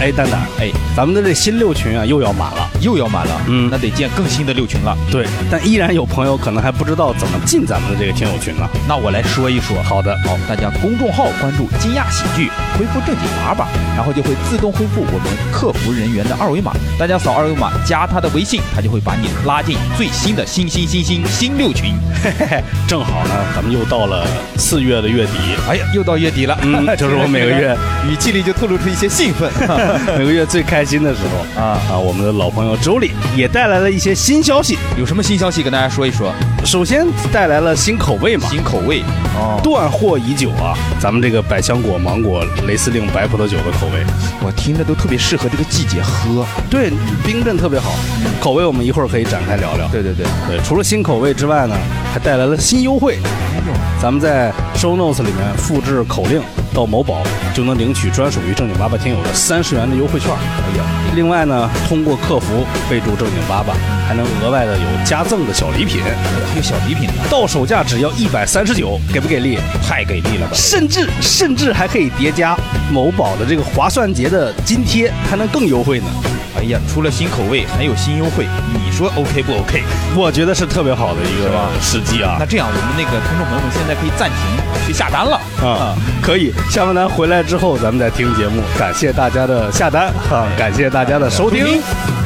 哎，蛋蛋，哎，咱们的这新6群啊又要满了， 那得建更新的6群了。 对，但依然有朋友可能还不知道怎么进咱们的这个听友群呢。 那我来说一说。 好的， 好，大家公众号关注惊讶喜剧，回复正经爸爸，然后就会自动恢复我们客服人员的2维码。大家扫2维码加他的微信，他就会把你拉进最新的新6群。 正好呢，咱们又到了4月的月底。 哎呀，又到月底了， 就是我每个月语气里就透露出一些兴奋。 每个月最开心的时候我们的老朋友周礼也带来了一些新消息。 有什么新消息跟大家说一说？ 首先带来了新口味嘛，断货已久啊，咱们这个百香果、芒果、雷司令白葡萄酒的口味， 我听着都特别适合这个季节喝。 对，冰镇特别好。口味我们一会儿可以展开聊聊。 对， 除了新口味之外呢，还带来了新优惠。咱们在 show notes 里面复制口令到某宝，就能领取专属于正经爸爸听友的30元的优惠券。另外呢，通过客服备注正经爸爸，还能额外的有加赠的小礼品。 还有小礼品呢， 到手价只要139，给不给力？ 太给力了吧！ 甚至还可以叠加某宝的这个划算节的津贴，还能更优惠呢。 哎呀，除了新口味，还有新优惠，你说 OK 不 OK？ 我觉得是特别好的一个时机啊。 那这样，我们那个听众朋友们现在可以暂停去下单了可以下完单回来之后咱们再听节目。感谢大家的下单感谢大家的收听。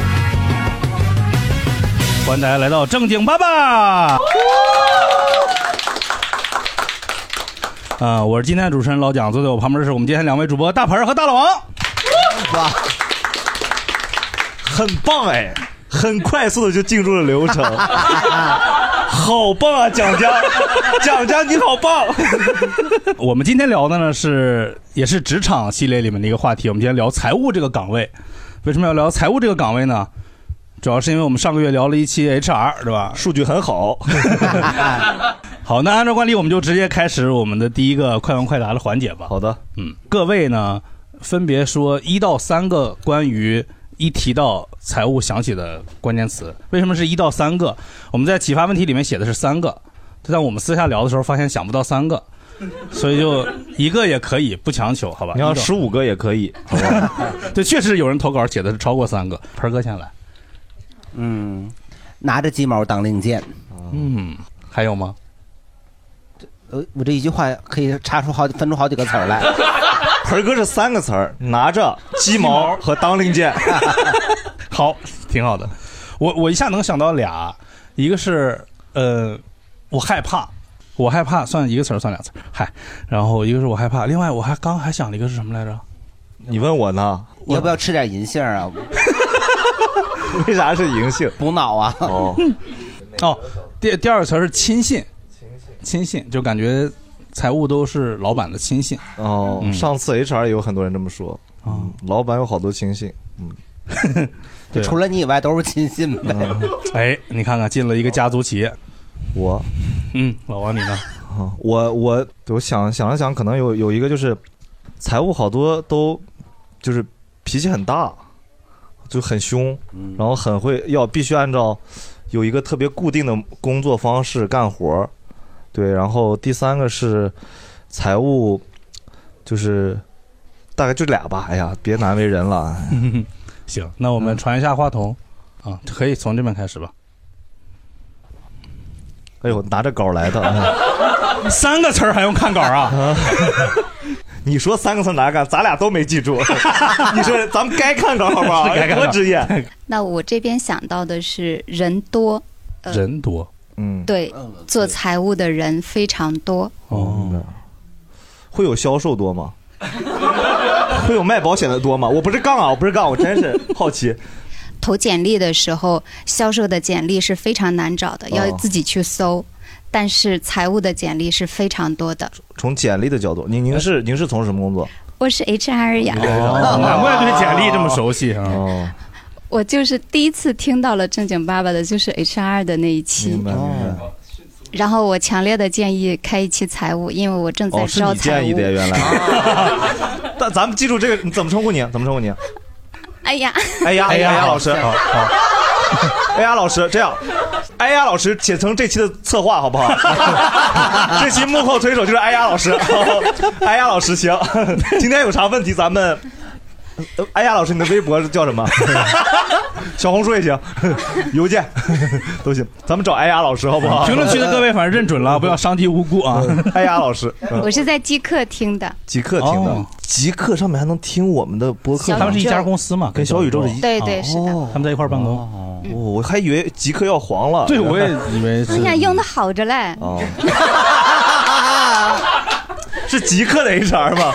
欢迎大家来到正经爸爸。我是今天的主持人老蒋，坐在我旁边是我们今天2位主播大盆和大老王。 哇，很棒哎，很快速的就进入了流程。好棒啊，蒋你好棒。 我们今天聊的呢也是职场系列里面的一个话题。我们今天聊财务这个岗位。为什么要聊财务这个岗位呢？主要是因为我们上个月聊了一期 HR， 对吧？ 数据很好。 好，那按照惯例，我们就直接开始我们的第一个快问快答的环节吧。 好的， 各位呢分别说1到3个关于一提到财务想起的关键词。为什么是1到3个？我们在启发问题里面写的是3个，但我们私下聊的时候发现想不到3个，所以就1个也可以，不强求，好吧？ 你要15个也可以，好吧？ 对，确实有人投稿写的是超过3个。盆哥先来。 拿着鸡毛当令箭。 还有吗？ 我这一句话可以分出好几个词儿来。 盆哥是3个词儿，拿着鸡毛和当令箭。 好，挺好的。我一下能想到俩，一个是我害怕算1个词儿算2词儿，然后一个是我害怕，另外我刚还想了一个是什么来着？ 你问我呢？ 要不要吃点银杏啊？ 为啥是银杏？ 补脑啊。 第2个词儿是亲信，就感觉财务都是老板的亲信。 上次 HR 也有很多人这么说。老板有好多亲信。 就除了你以外都是亲信呗。 你看看进了一个家族企业。老王你呢？ 我想了想，可能有一个就是财务好多都就是脾气很大，就很凶，然后必须按照有一个特别固定的工作方式干活。对，然后第3个是财务，就是大概就俩吧。哎呀，别难为人了。 行，那我们传一下话筒可以从这边开始吧。 哎呦，拿着稿来的。 3个词儿还用看稿啊？ 你说3个词哪干？咱俩都没记住。你说咱们该看稿好不好？多职业。 那我这边想到的是人多。 人多。 对，做财务的人非常多。 会有销售多吗？会有卖保险的多吗？我不是杠，我真是好奇。 投简历的时候，销售的简历是非常难找的，要自己去搜。但是财务的简历是非常多的。 从简历的角度，您是从什么工作？ 我是 HR 呀。 难怪对简历这么熟悉啊。 我就是第一次听到了正经爸爸的，就是 HR 的那一期。明白。然后我强烈的建议开一期财务，因为我正在招财务。是你建议的原来。但咱们记住这个，你怎么称呼你？哎呀老师。好。哎呀老师，这样，哎呀老师写成这期的策划好不好？这期幕后推手就是哎呀老师。哎呀老师，行。今天有啥问题咱们哎呀，老师，你的微博叫什么？小红书也行，邮件都行。咱们找哎呀老师好不好？ 评论区的各位反正认准了，不要伤及无辜啊！ 哎呀老师， 我是在极客听的。 极客听的，极客上面还能听我们的播客。 他们是一家公司嘛， 跟小宇宙是一。 对对是的， 他们在一块办公。 哦，我还以为极客要黄了。 对，我也以为是。 现在用的好着嘞。 哦。是极客的 HR 吗？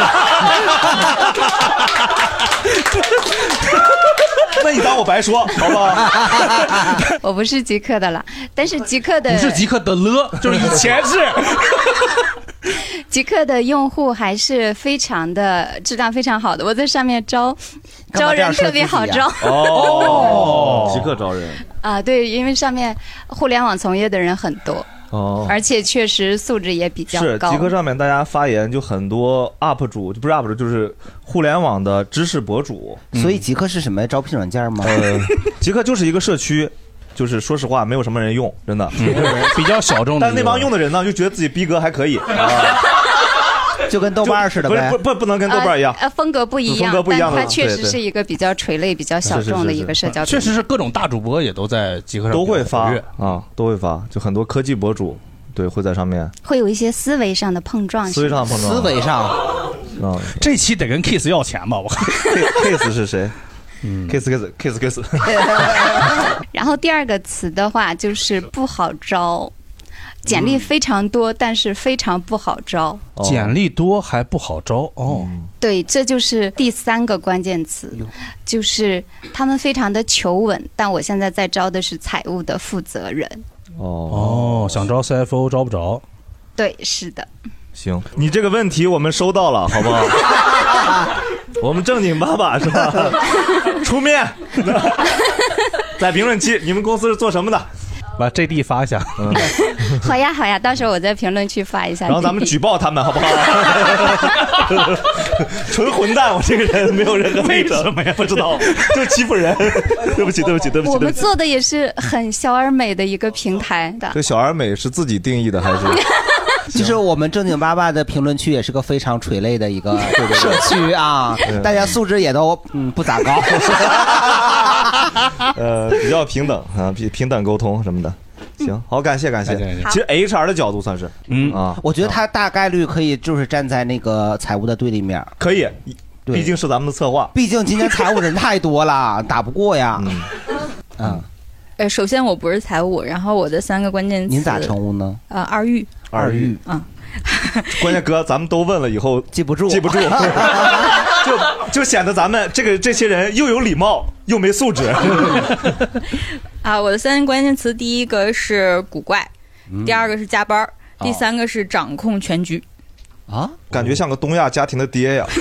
那你当我白说好不好？ 我不是极客的了，但是极客的不是极客的了，就是以前是。 极客的用户还是非常的质量非常好的，我在上面招人特别好招。 哦，极客招人啊，对，因为上面互联网从业的人很多。哦，而且确实素质也比较高。 是极客上面大家发言就很多 UP 主，就不是 UP 主，就是互联网的知识博主。 所以极客是什么招聘软件吗？ 极客就是一个社区，就是说实话没有什么人用，真的， 比较小众的。 但那帮用的人呢，就觉得自己逼格还可以。 就跟豆瓣似的呗， 不能跟豆瓣一样， 风格不一样， 风格不一样， 但它确实是一个比较垂类、比较小众的一个社交。 确实是各种大主播也都在极客上都会发啊，都会发，就很多科技博主对会在上面， 会有一些思维上的碰撞， 思维上的碰撞， 思维上。 这期得跟 Kiss 要钱吧？我看 Kiss 是谁？Kiss。 然后第二个词的话就是不好招。简历非常多，但是非常不好招。 简历多还不好招哦。 对，这就是第三个关键词，就是他们非常的求稳，但我现在在招的是财务的负责人。 哦，想招 CFO 招不着。 对，是的。 行，你这个问题我们收到了，好不好？我们正经八百是吧？出面，在评论区，你们公司是做什么的？ 把 JD 发一下。 好呀，到时候我在评论区发一下。 然后咱们举报他们，好不好？纯混蛋，我这个人没有任何为什么呀？不知道，就欺负人。对不起。 我们做的也是很小而美的一个平台的。 这小而美是自己定义的还是？ 其实我们正经八百的评论区也是个非常垂类的一个社区啊，大家素质也都不咋高。 比较平等啊，平等沟通什么的。行，好，感谢。其实 HR 的角度算是， 我觉得他大概率可以就是站在那个财务的对立面， 可以，毕竟是咱们的策划， 毕竟今天财务人太多了，打不过呀。 首先我不是财务，然后我的三个关键词， 您咋称呼呢？ 二玉， 关键哥，咱们都问了以后记不住， 就显得咱们这些人又有礼貌又没素质。 我的三个关键词，第一个是古怪，第二个是加班，第三个是掌控全局。 感觉像个东亚家庭的爹呀。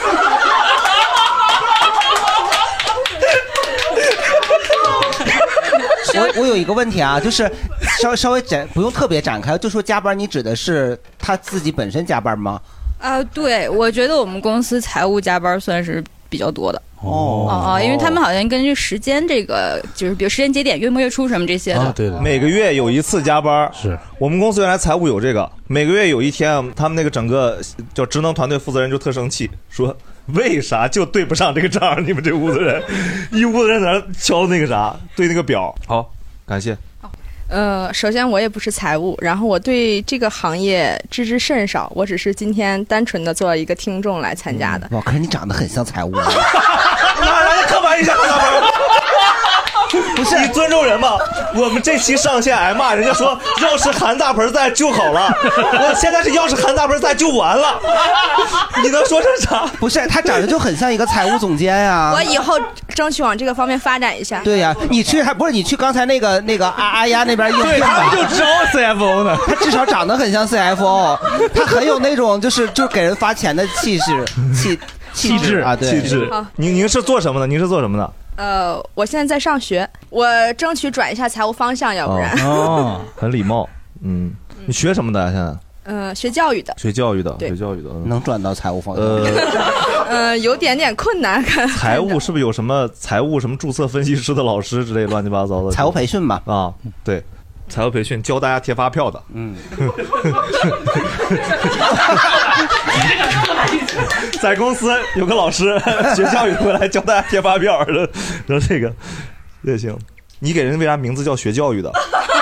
我有一个问题啊，就是稍微不用特别展开，就说加班，你指的是他自己本身加班吗？ 对，我觉得我们公司财务加班算是比较多的。因为他们好像根据时间这个，就是比如时间节点、月末月初什么这些的。 对， 每个月有一次加班。 是我们公司原来财务有这个，每个月有一天，他们那个整个叫职能团队负责人就特生气，说为啥就对不上这个账？你们这屋子人，一屋子人在那敲那个啥，对那个表。好，感谢。 首先我也不是财务，然后我对这个行业知之甚少，我只是今天单纯的做一个听众来参加的。 哇，可是你长得很像财务。 妈，人家刻板印象，不是你尊重人吗？我们这期上线挨骂，人家说要是韩大盆在就好了，我现在是要是韩大盆在就完了。你能说这啥？ 不是，他长得就很像一个财务总监呀。 我以后争取往这个方面发展一下。 对呀，你去刚才那个阿丫那边应聘吧， 他们就招 CFO 呢。 他至少长得很像 CFO， 他很有那种就是给人发钱的气质啊，对， 气质。您是做什么的？您是做什么的？ 我现在在上学，我争取转一下财务方向，要不然。 很礼貌。你学什么的呀？现在？ 学教育的。 学教育的。 能转到财务方向？ 有点困难。 财务是不是有什么财务什么注册分析师的老师之类乱七八糟的？ 财务培训吧。 对。财务培训教大家贴发票的。 在公司有个老师学教育回来教大家贴发票，说这个也行。你给人为啥名字叫学教育的？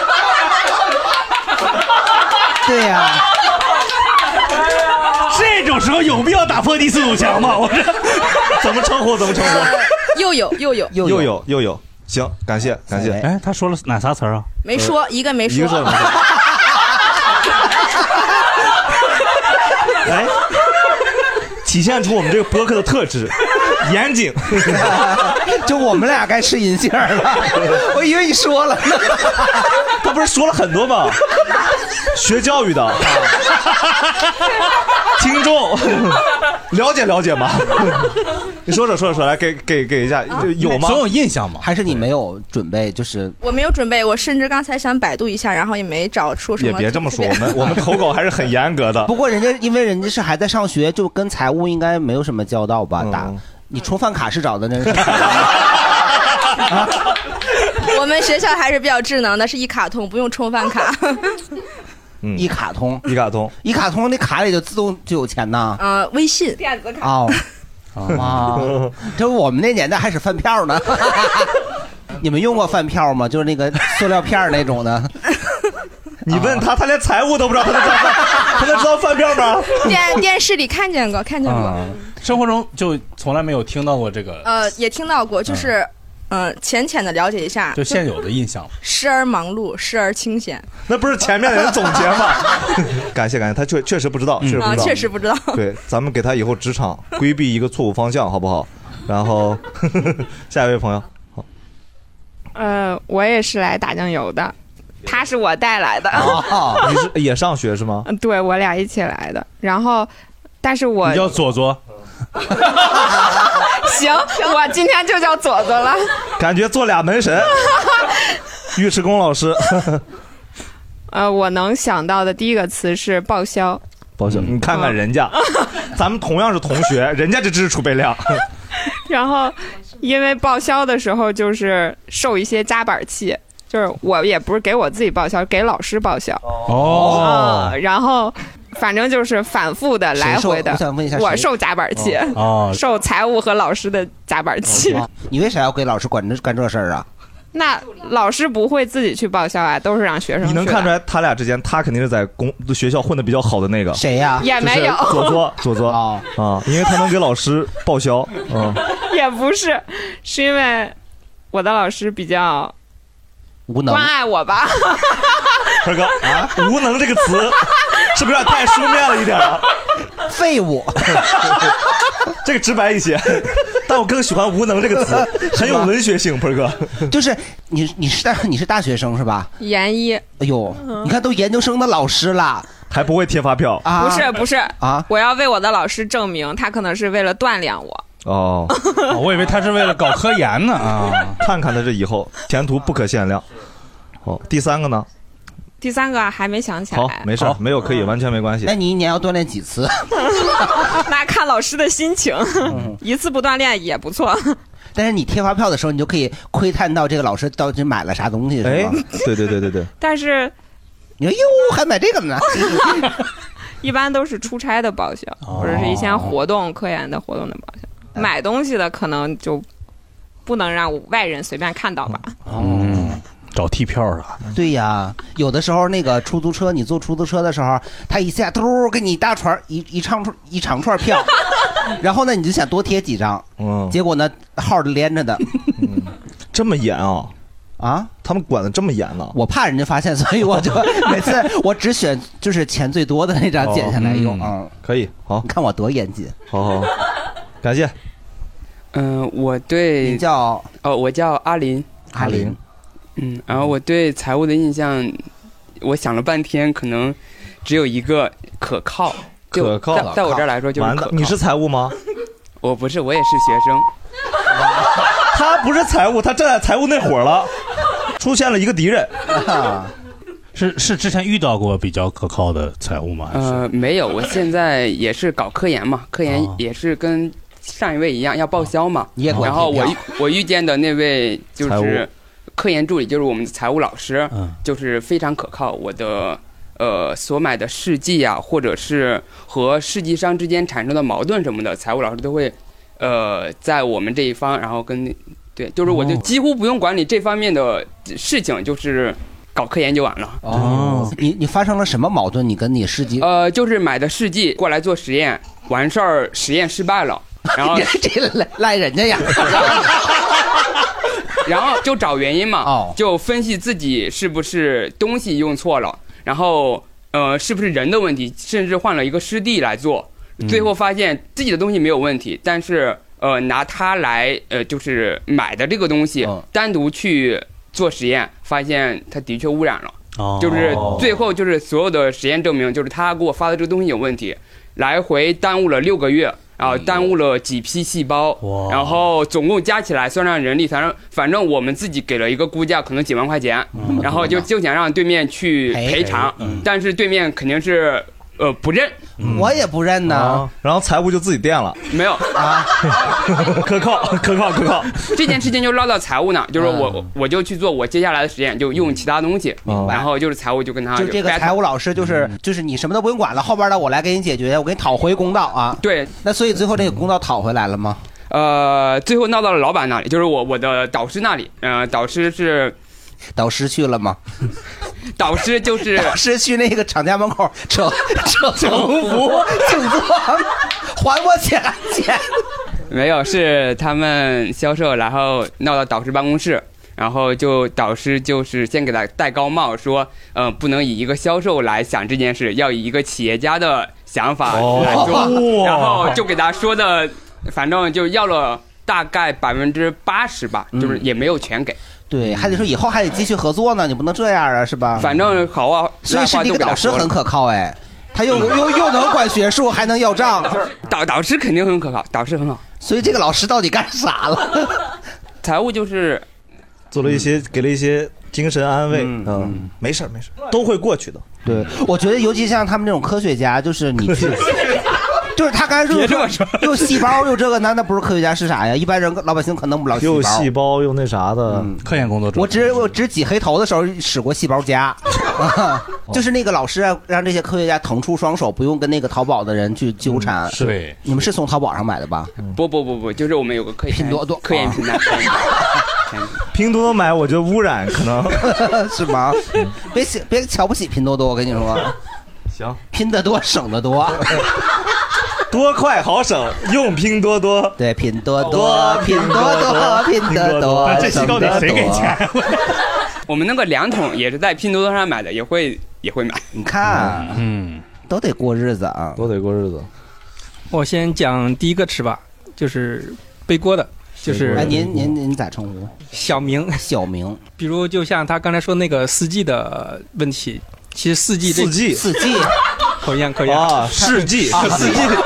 对呀、 这种时候有必要打破第四堵墙吗？我这怎么称呼？ 又有，行，感谢。 哎，他说了哪仨词儿啊？ 没说，一个没说。 一个说没说。哎，体现出我们这个播客的特质，严谨。 就我们俩该吃银杏了，我以为你说了呢。 他不是说了很多吗？学教育的听众了解吗？你说来给一下，有吗？ 总有印象吗？ 还是你没有准备？就是我没有准备，我甚至刚才想百度一下，然后也没找出什么。 也别这么说，我们投稿还是很严格的。 不过因为人家是还在上学，就跟财务应该没有什么交道吧？你充饭卡是找的那是？ 我们学校还是比较智能的，是一卡通，不用充饭卡。 一卡通那卡里就自动就有钱呐。 微信电子卡。 哦，这我们那年代还是饭票呢。你们用过饭票吗？就是那个塑料片那种的。 你问他连财务都不知道，他能知道饭票吗？ 电视里看见过。 生活中就从来没有听到过这个。 也听到过，就是浅浅的了解一下， 就现有的印象。 时而忙碌，时而清闲。 那不是前面的人总结吗？感谢，他确实不知道， 确实不知道。 对，咱们给他以后职场规避一个错误方向，好不好？然后下一位朋友，好。 我也是来打酱油的，他是我带来的。 你是也上学是吗？ 对，我俩一起来的。然后，但是我你叫左左。 行，我今天就叫左左了。 感觉做俩门神。尉迟恭老师。 我能想到的第一个词是报销。 你看看人家，咱们同样是同学，人家这知识储备量。 然后，因为报销的时候就是受一些夹板气，就是我也不是给我自己报销，给老师报销。然后。反正就是反复的来回的， 我想问一下， 我受夹板气，受财务和老师的夹板气。 你为啥要给老师干这事儿啊？ 那老师不会自己去报销啊，都是让学生去。 你能看出来他俩之间，他肯定是在学校混得比较好的那个。 谁呀？ 也没有。 左左因为他能给老师报销。 也不是，是因为我的老师比较无能， 关爱我吧。 二哥无能这个词是不是有点太书面了一点啊？ 废物， 这个直白一些，但我更喜欢无能这个词，很有文学性。鹏哥， 就是你是大学生是吧？ 研一。 哎呦，你看都研究生的老师了， 还不会贴发票啊？不是啊！我要为我的老师证明，他可能是为了锻炼我。 我以为他是为了搞科研呢啊！ 看看他这以后前途不可限量。第三个呢？ 第三个还没想起来。 好，没事，没有可以，完全没关系。 那你一年要锻炼几次？ 那看老师的心情，一次不锻炼也不错。 但是你贴发票的时候，你就可以窥探到这个老师到底买了啥东西，是吗？ 对。 但是你说哟，还买这个呢？ 一般都是出差的报销，或者是一些活动、科研的活动的报销。买东西的可能就不能让外人随便看到吧。 找替票啊？ 对呀，有的时候那个出租车，你坐出租车的时候，他一下嘟给你一大串一长串票，然后呢你就想多贴几张，结果呢号就连着的。 这么严啊？ 啊， 他们管得这么严呢？ 我怕人家发现，所以我就每次我只选就是钱最多的那张剪下来用。 可以，好， 你看我多严谨。 好，感谢。 我对你叫我叫阿林。然后我对财务的印象，我想了半天，可能只有一个可靠。在我这儿来说就是可靠。 你是财务吗？ 我不是，我也是学生。 他不是财务，他站在财务那伙了，出现了一个敌人。 是之前遇到过比较可靠的财务吗？ 没有，我现在也是搞科研嘛，科研也是跟上一位一样要报销嘛。然后我遇见的那位就是科研助理，就是我们的财务老师，就是非常可靠。我的所买的试剂啊，或者是和试剂商之间产生的矛盾什么的，财务老师都会在我们这一方，然后对，就是我就几乎不用管理这方面的事情，就是搞科研就完了。 哦，你发生了什么矛盾？你跟你试剂？ 就是买的试剂过来做实验，完事儿实验失败了，然后这赖人家呀。 然后就找原因嘛，就分析自己是不是东西用错了，然后是不是人的问题，甚至换了一个师弟来做，最后发现自己的东西没有问题，但是拿它来就是买的这个东西单独去做实验，发现它的确污染了，就是最后就是所有的实验证明就是他给我发的这个东西有问题，来回耽误了6个月。然后耽误了几批细胞，然后总共加起来算上人力，反正我们自己给了一个估价，可能几万块钱，然后就想让对面去赔偿，但是对面肯定是不认， 我也不认呢， 然后财务就自己垫了， 没有啊， 可靠。 这件事情就落到财务呢，就是我就去做我接下来的实验，就用其他东西，然后就是财务就跟他就这个财务老师就是你什么都不用管了，后边的我来给你解决，我给你讨回公道啊。 对， 那所以最后这个公道讨回来了吗？ 最后闹到了老板那里，就是我的导师那里，导师去了吗？ 导师去那个厂家门口扯横幅，请坐，还我钱。 没有，是他们销售，然后闹到导师办公室，然后导师就是先给他戴高帽，说不能以一个销售来想这件事，要以一个企业家的想法来做，然后就给他说的，反正就要了大概80%吧，就是也没有全给。 对，还得说以后还得继续合作呢，你不能这样啊，是吧？ 反正好啊， 所以是这个导师很可靠哎，他又能管学术，还能要账。 导师肯定很可靠，导师很好。 所以这个老师到底干啥了？ 财务就是做了一些，给了一些精神安慰。没事，都会过去的。 对，我觉得尤其像他们这种科学家，就是你去。就是他刚才说又细胞又这个，那不是科学家是啥呀？一般人老百姓可能不了细胞， 又细胞又那啥的科研工作者。 我只挤黑头的时候使过细胞夹，就是那个老师让这些科学家腾出双手，不用跟那个淘宝的人去纠缠。 对， 你们是从淘宝上买的吧？ 不，就是我们有个拼多多科研平台。 拼多多买我觉得污染可能是吗？别瞧不起拼多多，我跟你说。 行， 拼得多省得多。 多快好省，用拼多多。 对，拼多多， 这期到底谁给钱？ 我们那个2桶也是在拼多多上买的，也会买。 你看，都得过日子啊， 都得过日子。 我先讲第一个词吧，就是背锅的，就是您咋称呼？ 小明。比如就像他刚才说那个4G 的问题，其实4G 口音啊，世纪4G。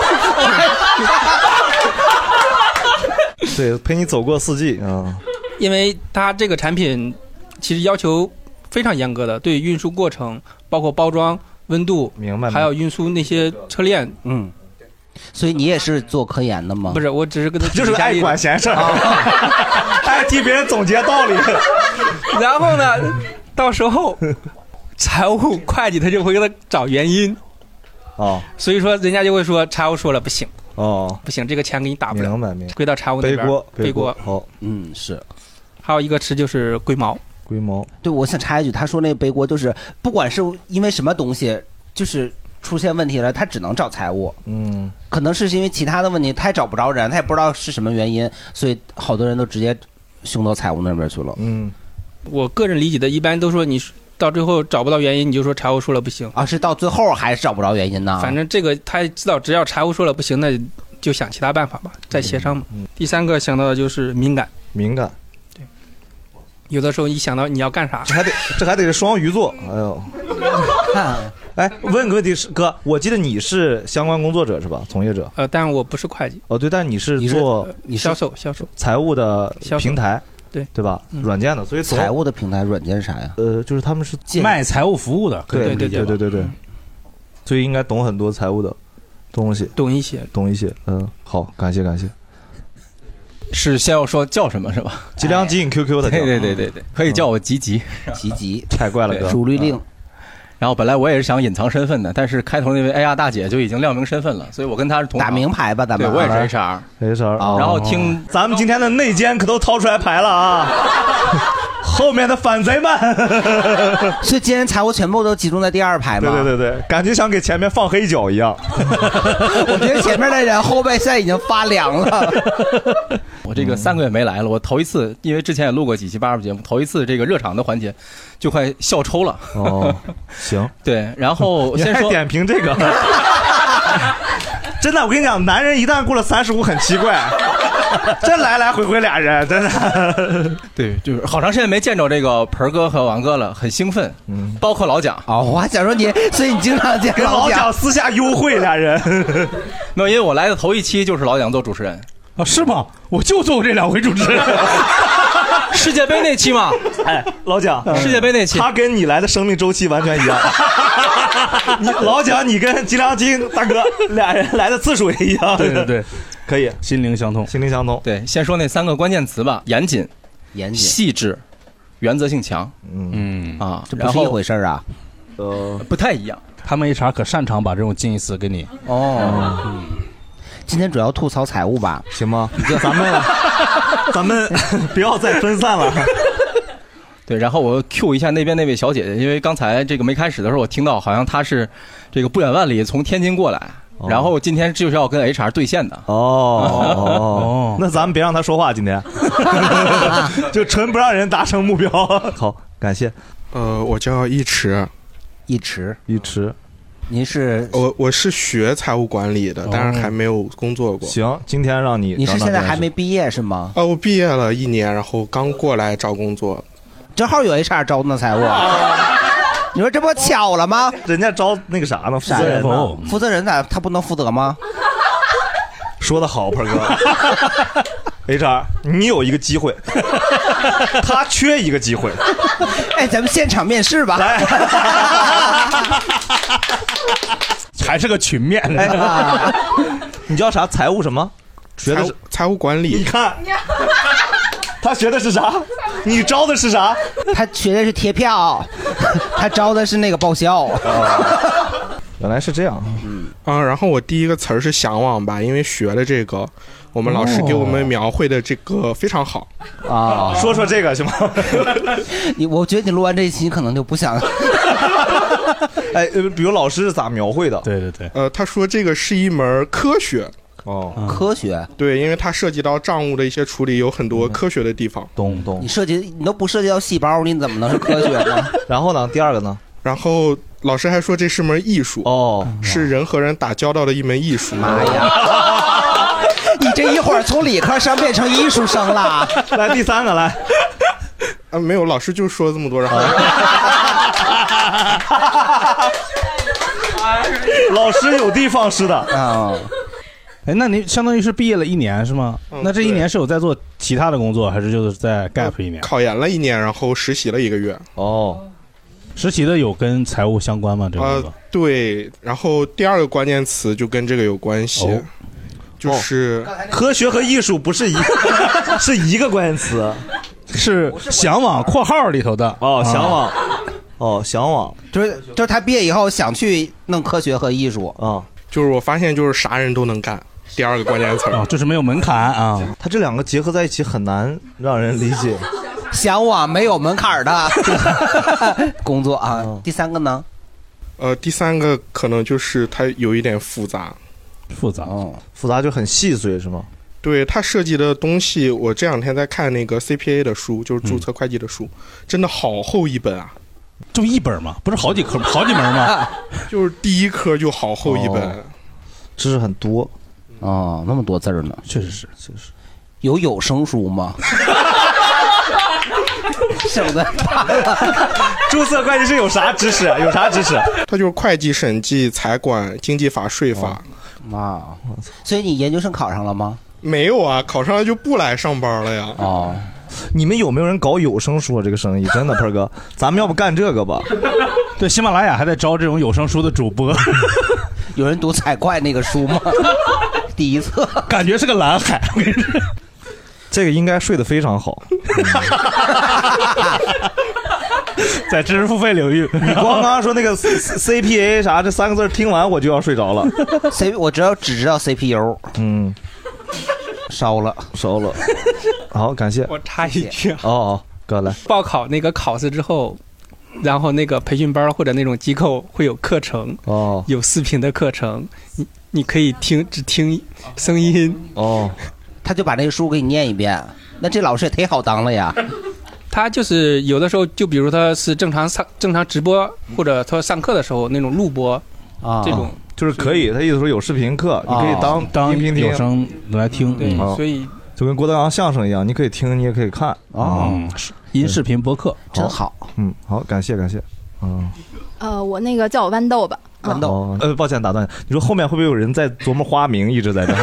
对，陪你走过4G啊。 因为它这个产品其实要求非常严格的，对运输过程，包括包装、温度， 明白， 还有运输那些车链， 所以你也是做科研的吗？ 不是，我只是跟他就是爱管闲事儿，爱替别人总结道理。 然后呢，到时候财务会计他就会给他找原因。所以说人家就会说财务说了不行，不行，这个钱给你打不了， 明白， 归到财务那边背锅。 好， 是。 还有一个词就是龟毛。 对，我想插一句，他说那个背锅就是不管是因为什么东西，就是出现问题了，他只能找财务。可能是因为其他的问题，他也找不着人，他也不知道是什么原因，所以好多人都直接凶到财务那边去了。 我个人理解的，一般都说你到最后找不到原因，你就说财务说了不行啊？是到最后还是找不着原因呢？ 反正这个他知道，只要财务说了不行，那就想其他办法吧，再协商嘛。第3个想到的就是敏感。对，有的时候一想到你要干啥， 这还得是双鱼座。哎呦，哎，问个问题是哥，我记得你是相关工作者是吧？从业者。 但我不是会计。 对，但你是做销售财务的平台。对吧？软件的，所以财务的平台软件是啥呀？ 就是他们是卖财务服务的， 对，所以应该懂很多财务的东西， 懂一些。 好，感谢。 是先要说叫什么是吧？ 吉良吉影 QQ 的， 对，可以叫我吉吉， 吉吉， 太怪了哥。 主律令， 然后本来我也是想隐藏身份的，但是开头那位哎呀大姐就已经亮明身份了，所以我跟她是同行。 打名牌吧，咱们。 对，我也是 HR。 然后听咱们今天的内奸可都掏出来牌了啊！后面的反贼们， 所以今天财务全部都集中在第2排嘛？ 对，感觉想给前面放黑脚一样。 我觉得前面的人后背现在已经发凉了。 我这个3个月没来了，我头一次，因为之前也录过几期8十节目，头一次这个热场的环节就快笑抽了。 哦，行， 对，然后先说点评这个。真的，我跟你讲，男人一旦过了35很奇怪，这来来回回俩人，真的。 对，就是好长时间没见着这个盆哥和王哥了，很兴奋。包括老蒋。 哦，我还想说你，所以你经常见跟老蒋私下幽会俩人。 没有，因为我来的头一期就是老蒋做主持人。 啊，是吗？我就做过这2回主持人。 世界杯那期嘛， 哎，老蒋， 世界杯那期， 他跟你来的生命周期完全一样。老蒋，你跟金良金大哥俩人来的次数也一样。 对， 可以， 心灵相通。 对，先说那3个关键词吧：严谨、细致、原则性强。 这不是一回事啊。 不太一样。 他们 HR 可擅长把这种近义词给你。 今天主要吐槽财务吧， 行吗？咱们不要再分散了。 对，然后我 Q 一下那边那位小姐姐，因为刚才这个没开始的时候，我听到好像她是这个不远万里从天津过来，然后今天就是要跟 HR 对线的。 那咱们别让她说话，今天就纯不让人达成目标。好，感谢。 我叫一池。 您是我是学财务管理的，但是还没有工作过。 行，今天让你是现在还没毕业是吗？ 我毕业了1年，然后刚过来找工作， 正好有 HR 招呢财务。你说这不巧了吗？ 人家招那个啥呢？负责人呢？ 负责人咋他不能负责吗？ 说得好，鹏哥。HR， 你有一个机会，他缺一个机会。 哎，咱们现场面试吧。来， 还是个群面。 你叫啥？财务什么？学的是财务管理。 你看，他学的是啥？你招的是啥？ 他学的是贴票，他招的是那个报销。 原来是这样。 然后我第一个词儿是向往吧，因为学了这个，我们老师给我们描绘的这个非常好啊。说说这个行吗？ 我觉得你录完这一期，你可能就不想。 哎，比如老师是咋描绘的？ 对。 他说这个是一门科学。 科学。 对，因为它涉及到账务的一些处理，有很多科学的地方。 懂。 你都不涉及到细胞，你怎么能是科学呢？ 然后呢？第二个呢？ 然后老师还说这是门艺术是人和人打交道的一门艺术。 妈呀！你这一会儿从理科生变成艺术生了。 来第3个来。 没有，老师就说这么多，然后老师有的放矢的啊。 哎，那您相当于是毕业了1年是吗？那这1年是有在做其他的工作，还是就是在 gap 1年？ 考研了1年，然后实习了1个月。 实习的有跟财务相关吗？这个对。然后第2个关键词就跟这个有关系，就是科学和艺术不是是一个关键词， 是向往括号里头的向往向往， 就是他毕业以后想去弄科学和艺术就是我发现就是啥人都能干。第2个关键词就是没有门槛啊。 他这2个结合在一起很难让人理解。 向往没有门槛的工作啊。第3个呢？ 第3个可能就是它有一点复杂就很细碎是吗？ 对，它涉及的东西，我这2天在看那个 CPA 的书，就是注册会计的书，真的好厚一本啊。 就1本吗？不是好几门吗？ 就是第1科就好厚一本， 知识很多那么多字呢。 确实是。 有声书吗？省得注册会计师有啥知识？ 它就是会计、审计、财管、经济法、税法。 所以你研究生考上了吗？ 没有啊，考上了就不来上班了呀。 你们有没有人搞有声书这个生意？真的，鹏哥，咱们要不干这个吧？ 对，喜马拉雅还在招这种有声书的主播。 有人读财会那个书吗？第1册感觉是个蓝海。 这个应该睡得非常好。 在知识付费领域， 你光刚刚说那个 CPA 啥这3个字听完我就要睡着了。 我只知道 CPU， 烧了。好，感谢。 我插一句， 哥来。 报考那个考试之后，然后那个培训班或者那种机构会有课程，有视频的课程，你可以只听声音。 他就把那个书给你念一遍，那这老师也忒好当了呀。 他就是有的时候，就比如他是正常直播，或者他上课的时候那种录播这种就是可以。他意思说有视频课，你可以当音频听， 有声来听。 对，所以就跟郭德纲相声一样，你可以听，你也可以看。 音视频播客真好。 好，感谢。 我那个叫我豌豆吧。 豌豆。 抱歉打断你，说后面会不会有人在琢磨花名一直在这？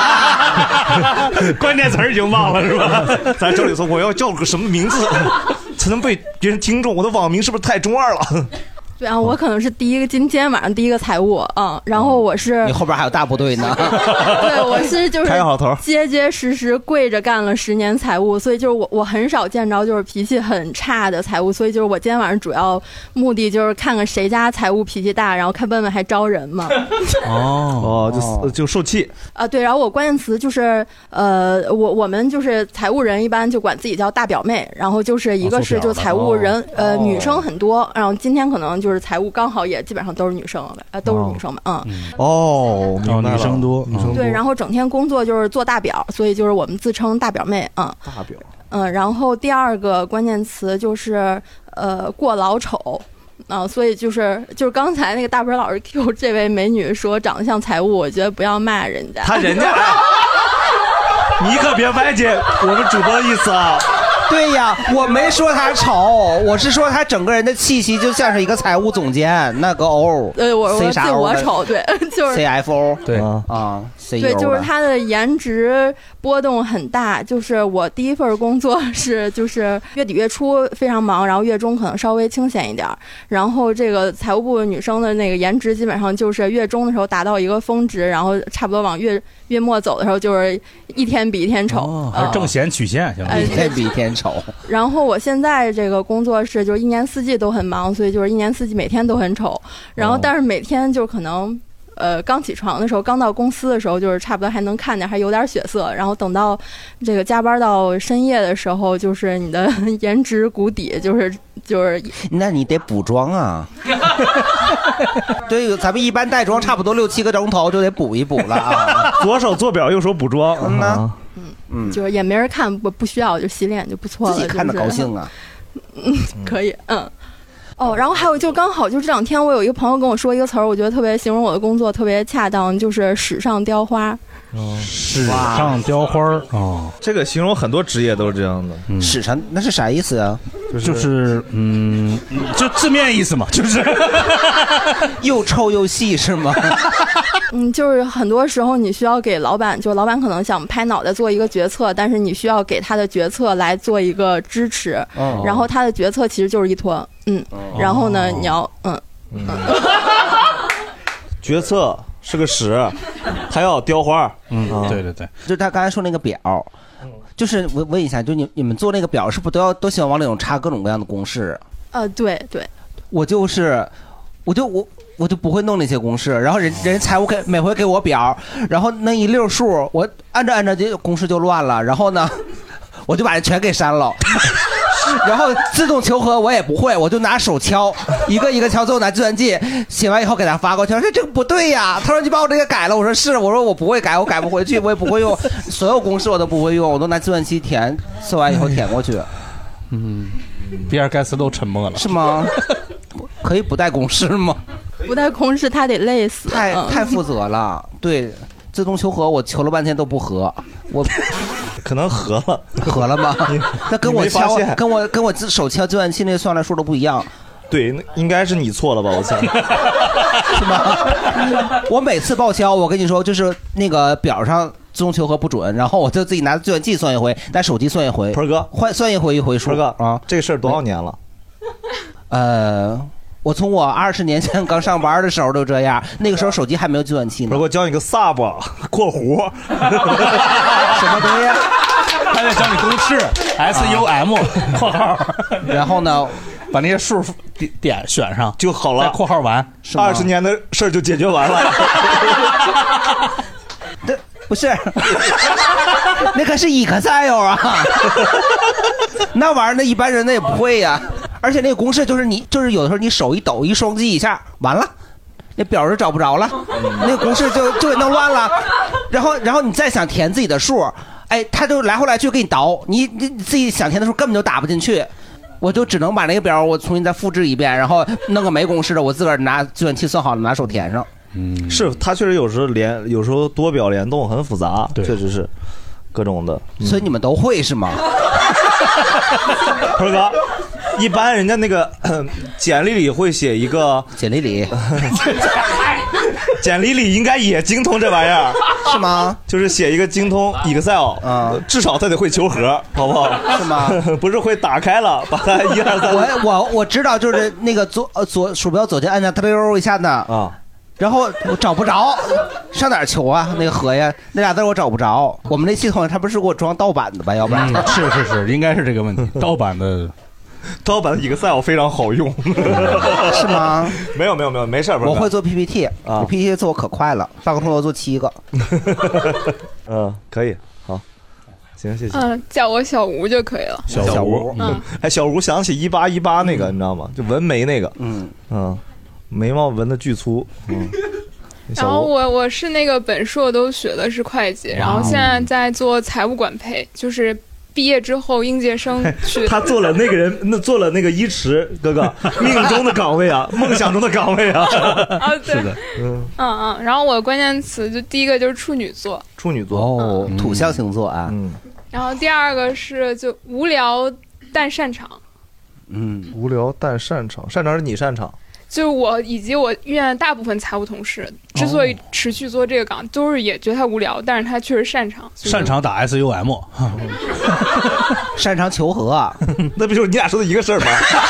关键词已经忘了是吧？ 咱这里说我要叫个什么名字才能被别人听中？我的网名是不是太中二了？ 对啊，我可能是今天晚上第一个财务然后我是你后边还有大部队呢。 对，我是就是开好头， 结结实实跪着干了10年财务，所以就是我很少见着就是脾气很差的财务，所以就是我今天晚上主要目的就是看看谁家财务脾气大，然后看问问还招人吗？ 就受气对，然后我关键词就是我们就是财务人一般就管自己叫大表妹，然后就是一个是就财务人女生很多，然后今天可能就是财务刚好也基本上都是女生都是女生嘛。 明白了， 女生多。 对，然后整天工作就是做大表，所以就是我们自称大表妹。 大表。 然后第二个关键词就是过老丑。所以就是刚才那个大鹏老师 Q 这位美女说长得像财务，我觉得不要骂人家。 人家你可别歪解我们主播的意思啊。 对呀，我没说他丑，我是说他整个人的气息就像是一个财务总监那个我对我丑，对，就是 CFO， 对对，就是他的颜值波动很大。就是我第一份工作是就是月底月初非常忙，然后月中可能稍微清闲一点，然后这个财务部女生的那个颜值基本上就是月中的时候达到一个峰值，然后差不多往月末走的时候就是一天比一天丑， 还是正弦曲线， 一天比一天丑。 然后我现在这个工作是就是一年四季都很忙，所以就是一年四季每天都很丑，然后但是每天就可能刚起床的时候，刚到公司的时候，就是差不多还能看见，还有点血色。然后等到这个加班到深夜的时候，就是你的颜值谷底，就是那你得补妆啊。对，咱们一般带妆差不多6、7个钟头就得补一补了啊。 左手做表，右手补妆。 就是也没人看，不需要就洗脸就不错了， 自己看着高兴啊。 可以，然后还有就刚好就这2天，我有一个朋友跟我说一个词儿，我觉得特别形容我的工作特别恰当，就是史上雕花。 史上雕花这个形容很多职业都是这样的。 史上那是啥意思啊？ 就是就字面意思嘛，就是又臭又细是吗？ 就是很多时候你需要给老板，就老板可能想拍脑袋做一个决策，但是你需要给他的决策来做一个支持，然后他的决策其实就是一坨，然后呢你要决策是个屎，还要雕花。 对对对， 就他刚才说那个表，就是我问一下，就你们做那个表是不是都喜欢往里头插各种各样的公式？ 对对， 我就不会弄那些公式，然后人财务每回给我表，然后那一溜数，我按着这公式就乱了，然后呢，我就把它全给删了。然后自动求和我也不会，我就拿手敲，一个一个敲，最后拿计算器写完以后给他发过去。我说这个不对呀，他说你把我这个改了，我说是，我说我不会改，我改不回去，我也不会用，所有公式我都不会用，我都拿计算器填，算完以后填过去。 比尔盖茨都沉默了， 是吗？可以不带公式吗？ 不带公式他得累死， 太负责了。对，自动求和我求了半天都不和，我可能合了吗？那跟我敲跟我手敲计算器那算来数都不一样。 对，应该是你错了吧？我猜是吗？我每次报销，我跟你说，就是那个表上自动求和不准，然后我就自己拿计算器算一回，拿手机算一回。 鹏哥， 算一回一回数。 鹏哥啊，这个事儿多少年了？ 我从我20年前刚上班的时候就这样，那个时候手机还没有计算器呢。 我教你个 sub 括弧， 什么东西？ 他在教你公式 SUM 括号。 然后呢， 把那些数点选上就好了， 再括号完 ，20年的事儿就解决完了。 这不是，那可是 Excel 啊，那玩意儿那一般人那也不会呀。而且那个公式就是就是有的时候你手一抖一双击一下，完了，那表就找不着了，那个公式就给弄乱了。然后你再想填自己的数，哎，他就来回来去给你倒，你自己想填的数根本就打不进去。我就只能把那个表我重新再复制一遍，然后弄个没公式的，我自个儿拿计算器算好了，拿手填上。 是他确实有时候多表联动很复杂，确实是各种的。 所以你们都会是吗？ 鹏哥，一般人家那个简历里会写一个简历里， 简历里应该也精通这玩意儿， 是吗？ 就是写一个精通 Excel，至少他得会求和，好不好？ 是吗？ 不是会打开了，把它1、2、3。 我知道，就是那个左鼠标左键按下它溜一下呢啊。然后我找不着，上哪儿求啊？那个和呀，那俩字我找不着。我们那系统它不是给我装盗版的吧？要不然是，应该是这个问题。盗版的 Excel 非常好用， 是吗？ 没有，没事。 我会做 PPT，我 PPT 做可快了，半个钟头做7个。 可以，好，行，谢谢。 叫我小吴就可以了。 小吴，哎，小吴想起1818那个，你知道吗？就纹眉那个，眉毛纹的巨粗， 然后我是那个本硕都学的是会计，然后现在在做财务管配，就是毕业之后应届生去。 他做了做了那个一池哥哥命中的岗位啊，梦想中的岗位啊。 对，是的，然后我的关键词就第一个就是处女座， 哦，土象星座啊， 然后第二个是就无聊但擅长， 无聊但擅长，擅长是你擅长。 就是我以及我遇见大部分财务同事，之所以持续做这个岗，都是也觉得他无聊，但是他确实擅长。 擅长打 SUM， 擅长求和， 那不就是你俩说的一个事儿吗？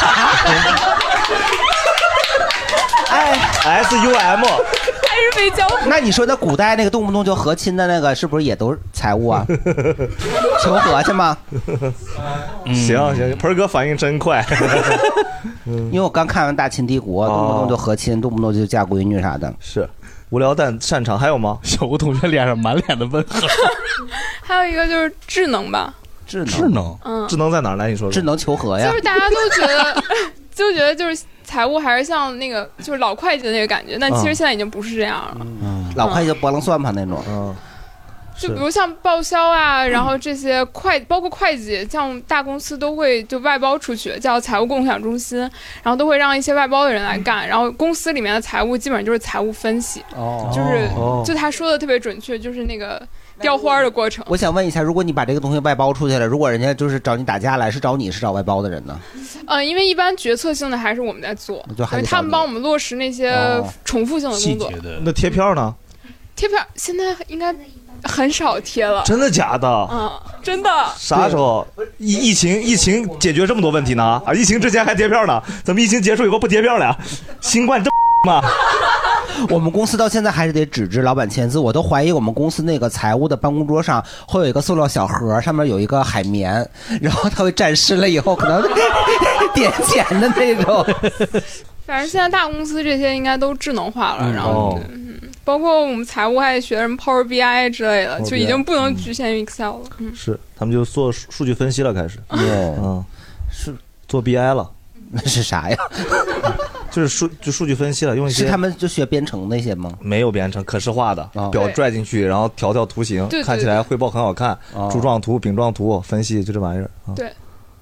哎 ，SUM。 还是没教。 那你说那古代那个动不动就和亲的那个，是不是也都是财务啊？求和去吗？ 行，盆哥反应真快。 因为我刚看完《大秦帝国》，动不动就和亲，动不动就嫁闺女啥的。 是无聊但擅长，还有吗？ 小吴同学脸上满脸的问号。 还有一个就是智能吧。 智能，智能在哪儿来？你说说。 智能求和呀。 就是大家都觉得就是财务还是像那个就是老会计的那个感觉，但其实现在已经不是这样了。 老会计就拨楞算盘那种。 就比如像报销啊，然后这些包括会计，像大公司都会就外包出去，叫财务共享中心，然后都会让一些外包的人来干，然后公司里面的财务基本上就是财务分析，就他说的特别准确，就是那个雕花的过程。 我想问一下，如果你把这个东西外包出去了，如果人家就是找你打架来，是找你是找外包的人呢？ 因为一般决策性的还是我们在做，他们帮我们落实那些重复性的工作。 那贴票呢？ 贴票现在应该很少贴了。 真的假的？ 真的。 啥时候？疫情解决这么多问题呢？疫情之前还贴票呢，怎么疫情结束以后不贴票了？新冠这吗？ 我们公司到现在还是得纸质老板签字，我都怀疑我们公司那个财务的办公桌上会有一个塑料小盒，上面有一个海绵，然后它会沾湿了以后可能点钱的那种。 反正现在大公司这些应该都智能化了，然后包括我们财务还学什么 Power BI 之类的，就已经不能局限于 Excel 了。 是，他们就做数据分析了，开始。是做 BI 了。 那是啥呀？ 就是数据分析了，用一些。 是他们就学编程那些吗？ 没有编程，可视化的表拽进去，然后调图形，看起来汇报很好看。柱状图、饼状图分析，就这玩意儿。 对，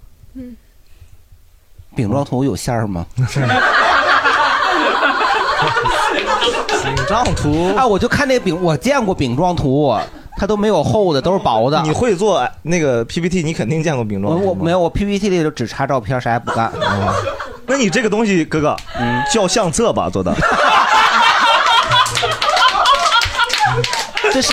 饼状图有馅儿吗？ 饼状图啊，我就看那个饼，我见过饼状图，它都没有厚的，都是薄的。 你会做那个 PPT， 你肯定见过饼状图。 我没有，我 PPT 里就只插照片，啥也不干。 那你这个东西，哥哥，叫相册吧做的。 就是，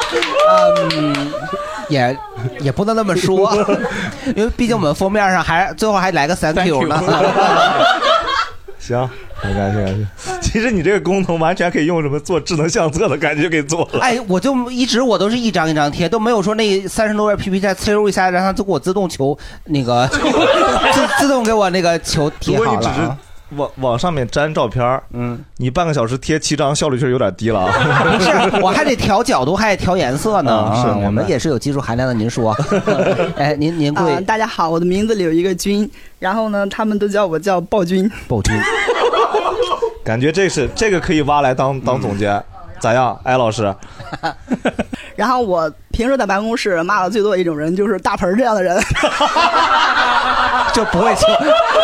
也不能那么说，因为毕竟我们封面上最后还来个 Thank you 呢。 行，感谢。 其实你这个功能完全可以用什么做智能相册的感觉给做了。 哎，我都是一张一张贴，都没有说那30多页 PPT 再呲溜一下，让它就给我自动球那个自动给我那个球贴好了。如果你只是往上面粘照片，你半个小时贴7张，效率确实有点低了。 不是，我还得调角度，还得调颜色呢。 是， 我们也是有技术含量的。您说，哎，您贵。 大家好，我的名字里有一个军，然后呢，他们都叫我叫暴君。 暴君， 感觉这个可以挖来当总监，咋样，艾老师？ 然后我平时在办公室骂的最多的一种人就是大盆这样的人， 就不会说。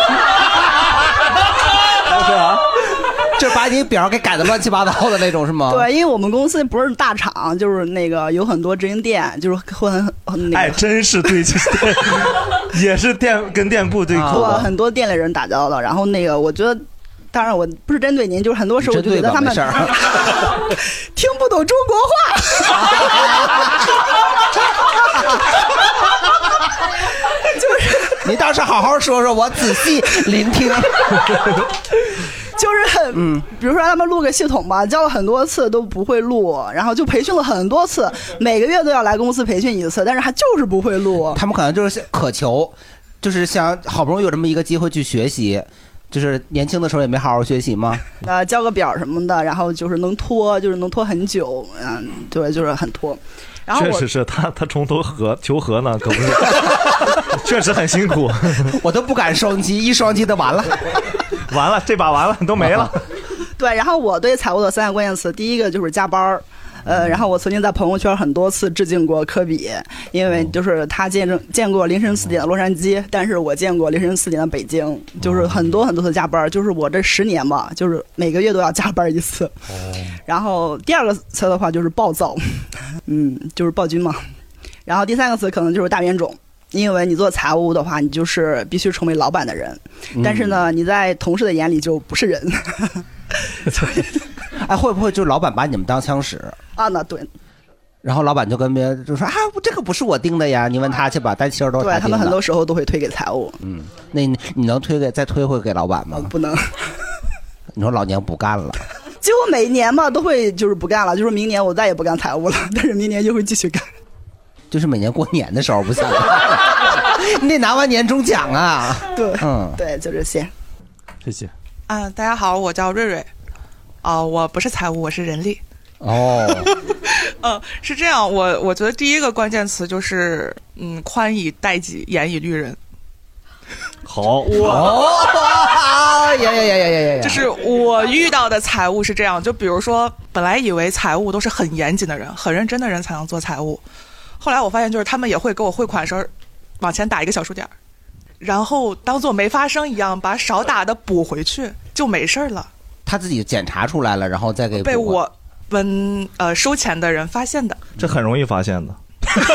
是啊，就把你表给改的乱七八糟的那种是吗？ 对，因为我们公司不是大厂，就是那个有很多直营店，就是会很哎，真是对，也是跟店铺对口的， 很多店里人打交道。然后那个，我觉得，当然我不是针对您，就是很多时候我就觉得他们听不懂中国话。 就是你倒是好好说说，我仔细聆听。 就是比如说他们录个系统吧，教了很多次都不会录，然后就培训了很多次，每个月都要来公司培训一次，但是他就是不会录。 他们可能就是渴求，就是想好不容易有这么一个机会去学习，就是年轻的时候也没好好学习嘛。 交个表什么的，然后就是能拖很久，对，就是很拖。然后确实是他从头求和呢，可不是，确实很辛苦。 我都不敢双击，一双击都完了， 完了，这把完了都没了。 对，然后我对财务的3个关键词，第一个就是加班。然后我曾经在朋友圈很多次致敬过科比，因为就是他见过凌晨4点的洛杉矶，但是我见过凌晨4点的北京，就是很多次加班，就是我这10年吧，就是每个月都要加班一次。然后第2个词的话就是暴躁，就是暴君嘛。然后第3个词可能就是大冤种。因为你做财务的话，你就是必须成为老板的人，但是呢，你在同事的眼里就不是人。 哎，会不会就是老板把你们当枪使啊？那对。 然后老板就跟别人就说啊，这个不是我盯的呀，你问他去吧，但其实都是他盯的。 对，他们很多时候都会推给财务。 那你能再推回给老板吗？ 不能。 你说老娘不干了。 几乎每年嘛都会就是不干了，就是明年我再也不干财务了，但是明年就会继续干。 就是每年过年的时候不行，你得拿完年终奖啊。 对，对，就这些。 谢谢。 大家好，我叫瑞瑞。我不是财务，我是人力。是这样，我觉得第一个关键词就是宽以待己，严以律人。 好哇！就是我遇到的财务是这样，就比如说，本来以为财务都是很严谨的人、很认真的人才能做财务，后来我发现，就是他们也会给我汇款的时候往前打一个小数点，然后当做没发生一样，把少打的补回去，就没事了。 他自己检查出来了，然后再给被我们收钱的人发现的。 这很容易发现的。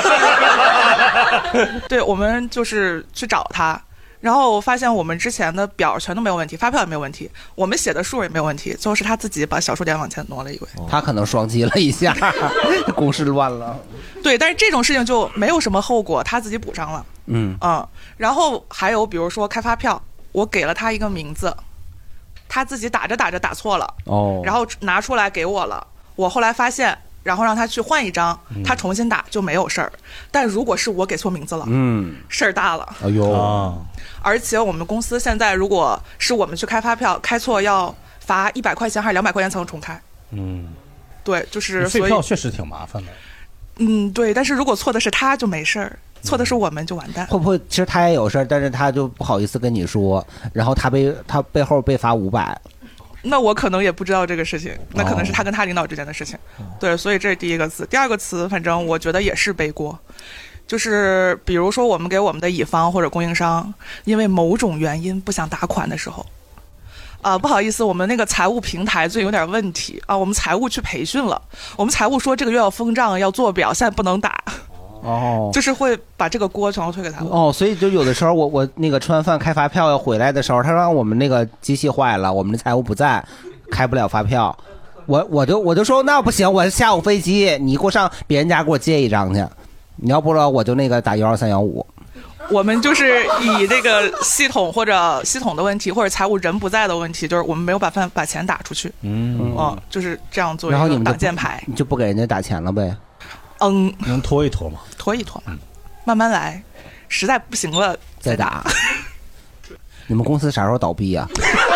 对，我们就是去找他，然后发现我们之前的表全都没有问题，发票也没有问题，我们写的数也没有问题，最后是他自己把小数点往前挪了一回。 他可能双击了一下，公式乱了。 对，但是这种事情就没有什么后果，他自己补上了。然后还有比如说开发票，我给了他一个名字，他自己打着打错了，然后拿出来给我了，我后来发现，然后让他去换一张，他重新打就没有事儿。但如果是我给错名字了，事儿大了。 哎呦！ 而且我们公司现在如果是我们去开发票，开错要罚100块钱还是200块钱才能重开。对，就是废票确实挺麻烦的。 对，但是如果错的是他就没事儿，错的是我们就完蛋。 会不会其实他也有事儿，但是他就不好意思跟你说，然后他背后被罚500。 那我可能也不知道这个事情，那可能是他跟他领导之间的事情。对，所以这是第一个词。第二个词，反正我觉得也是背锅，就是比如说我们给我们的乙方或者供应商，因为某种原因不想打款的时候，不好意思，我们那个财务平台最近有点问题啊，我们财务去培训了，我们财务说这个月要封账要做表，现在不能打。就是会把这个锅全都推给他。 所以就有的时候我那个吃完饭开发票要回来的时候，他让我们那个机器坏了，我们的财务不在，开不了发票。我就说那不行，我下午飞机，你给我上别人家给我借一张去，你要不然我就那个打12315。 我们就是以这个系统或者系统的问题，或者财务人不在的问题，就是我们没有把钱打出去。就是这样做一个挡箭牌。 你就不给人家打钱了呗？ 能拖一拖吗？ 拖一拖，慢慢来，实在不行了再打。 你们公司啥时候倒闭呀？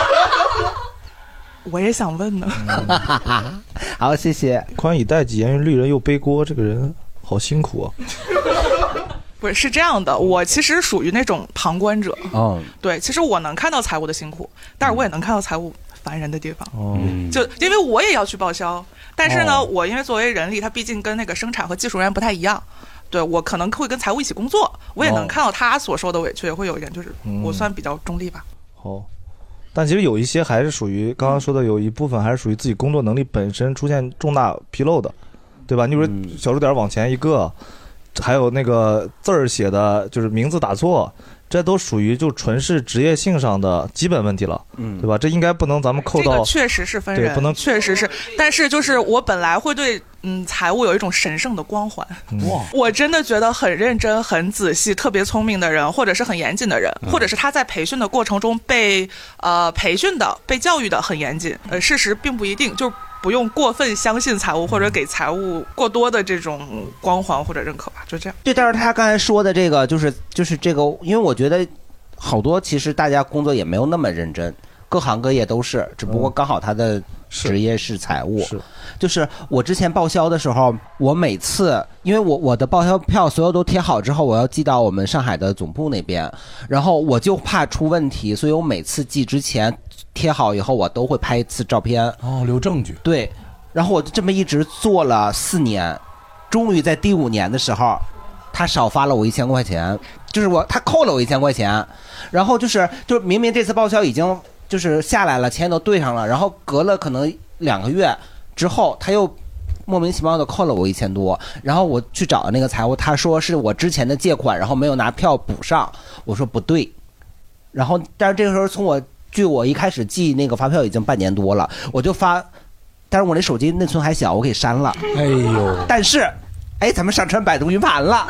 我也想问呢。 好，谢谢。 宽以待己，严于律人，又背锅，这个人好辛苦啊。 不是这样的，我其实属于那种旁观者。对，其实我能看到财务的辛苦，但是我也能看到财务烦人的地方。就因为我也要去报销，但是呢，我因为作为人力，它毕竟跟那个生产和技术人员不太一样。对，我可能会跟财务一起工作，我也能看到他所受的委屈，也会有一点，就是我算比较中立吧。 但其实有一些还是属于刚刚说的，有一部分还是属于自己工作能力本身出现重大纰漏的，对吧？你比如小数点往前一个，还有那个字儿写的就是名字打错，这都属于就纯是职业性上的基本问题了，对吧？这应该不能咱们扣到。 这个确实是分人， 对，不能， 确实是。但是就是我本来会对财务有一种神圣的光环，我真的觉得很认真、很仔细、特别聪明的人，或者是很严谨的人，或者是他在培训的过程中被培训的、被教育的很严谨。事实并不一定，就不用过分相信财务，或者给财务过多的这种光环或者认可吧，就这样。 对，但是他刚才说的这个，就是这个，因为我觉得好多其实大家工作也没有那么认真，各行各业都是，只不过刚好他的职业是财务。就是我之前报销的时候，我每次因为我的报销票所有都贴好之后，我要寄到我们上海的总部那边，然后我就怕出问题，所以我每次寄之前贴好以后，我都会拍一次照片， 留证据。 对，然后我就这么一直做了4年，终于在第5年的时候，他少发了我1000块钱，就是他扣了我1000块钱，然后就是明明这次报销已经就是下来了，钱都对上了，然后隔了可能2个月之后，他又莫名其妙的扣了我1000多，然后我去找那个财务，他说是我之前的借款，然后没有拿票补上，我说不对，然后但是这个时候距我一开始寄那个发票已经半年多了，我就发，但是我那手机内存还小，我给删了。 哎呦！但是，咱们上传百度云盘了。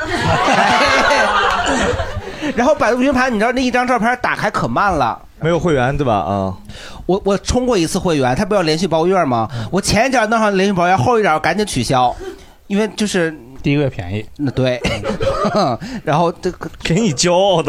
然后百度云盘，你知道那一张照片打开可慢了， 没有会员对吧？ 我充过一次会员，他不要连续包月吗？我前一脚弄上连续包月，后一脚赶紧取消，因为就是第一个月便宜。 对，然后这个给你骄傲的，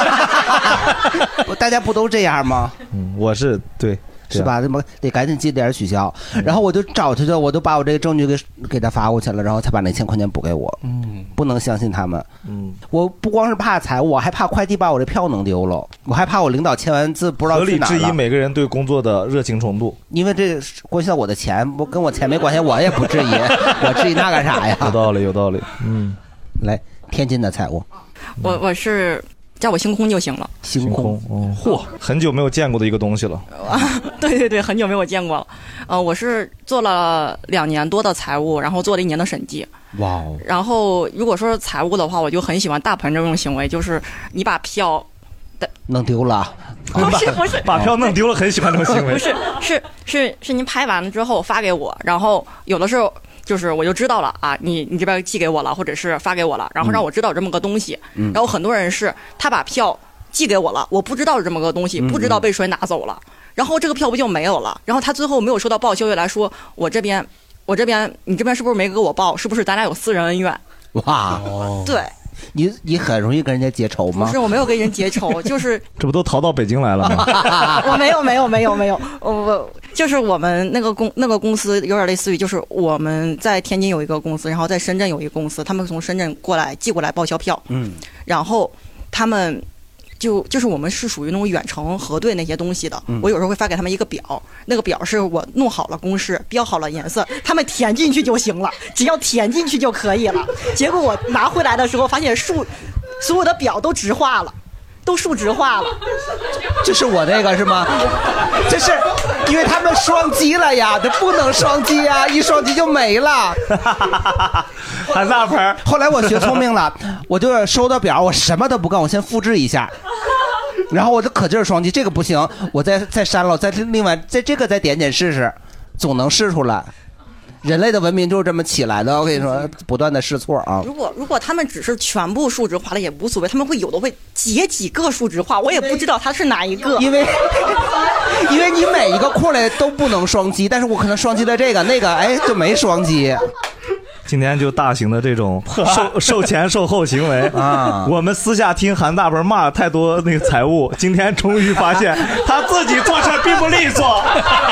大家不都这样吗？ 我是对。 是吧？得赶紧记点取消，然后我就找他去，我都把我这个证据给他发过去了，然后才把那1000块钱补给我。不能相信他们。我不光是怕财务，我还怕快递把我这票弄丢了，我还怕我领导签完字不知道去哪了。 合理质疑每个人对工作的热情程度， 因为这关系到我的钱，跟我钱没关系，我也不质疑，我质疑那干啥呀？ 有道理，有道理。 来，天津的财务， 我是。叫我星空就行了。 星空， 嚯，很久没有见过的一个东西了。 对，很久没有见过了。我是做了2年多的财务，然后做了1年的审计。 哇哦！ 然后如果说是财务的话，我就很喜欢大盆这种行为，就是你把票弄丢了。 不是， 把票弄丢了，很喜欢这种行为。 不是，是您拍完了之后发给我，然后有的时候。就是我就知道了啊，你这边寄给我了，或者是发给我了，然后让我知道这么个东西。然后很多人是他把票寄给我了，我不知道是这么个东西，不知道被谁拿走了，然后这个票不就没有了？然后他最后没有收到报销月来说，我这边你这边是不是没给我报？是不是咱俩有私人恩怨？ 哇， 对。 你很容易跟人家结仇吗？ 不是，我没有跟人结仇，就是这不都逃到北京来了吗？ 我没有，我就是我们那个公司有点类似于，就是我们在天津有一个公司，然后在深圳有一个公司，他们从深圳寄过来报销票，然后他们就是我们是属于那种远程核对那些东西的，我有时候会发给他们一个表，那个表是我弄好了公式，标好了颜色，他们填进去就行了，只要填进去就可以了。结果我拿回来的时候，发现所有的表都直化了，都数值化了。 这是我这个是吗？这是因为他们双击了呀，这不能双击啊，一双击就没了。 喊大盆。 后来我学聪明了，我就收到表，我什么都不干，我先复制一下，然后我就可劲儿双击，这个不行，我再删了，再另外在这个再点试试，总能试出来。 人类的文明就是这么起来的。我跟你说，不断的试错啊。 如果他们只是全部数值化了也无所谓，他们会有的会截几个数值化，我也不知道它是哪一个。 因为你每一个库类都不能双击，但是我可能双击的这个那个，哎，就没双击。 今天就大型的这种售前售后行为啊！我们私下听韩大本骂太多那个财务，今天终于发现他自己做事并不利索。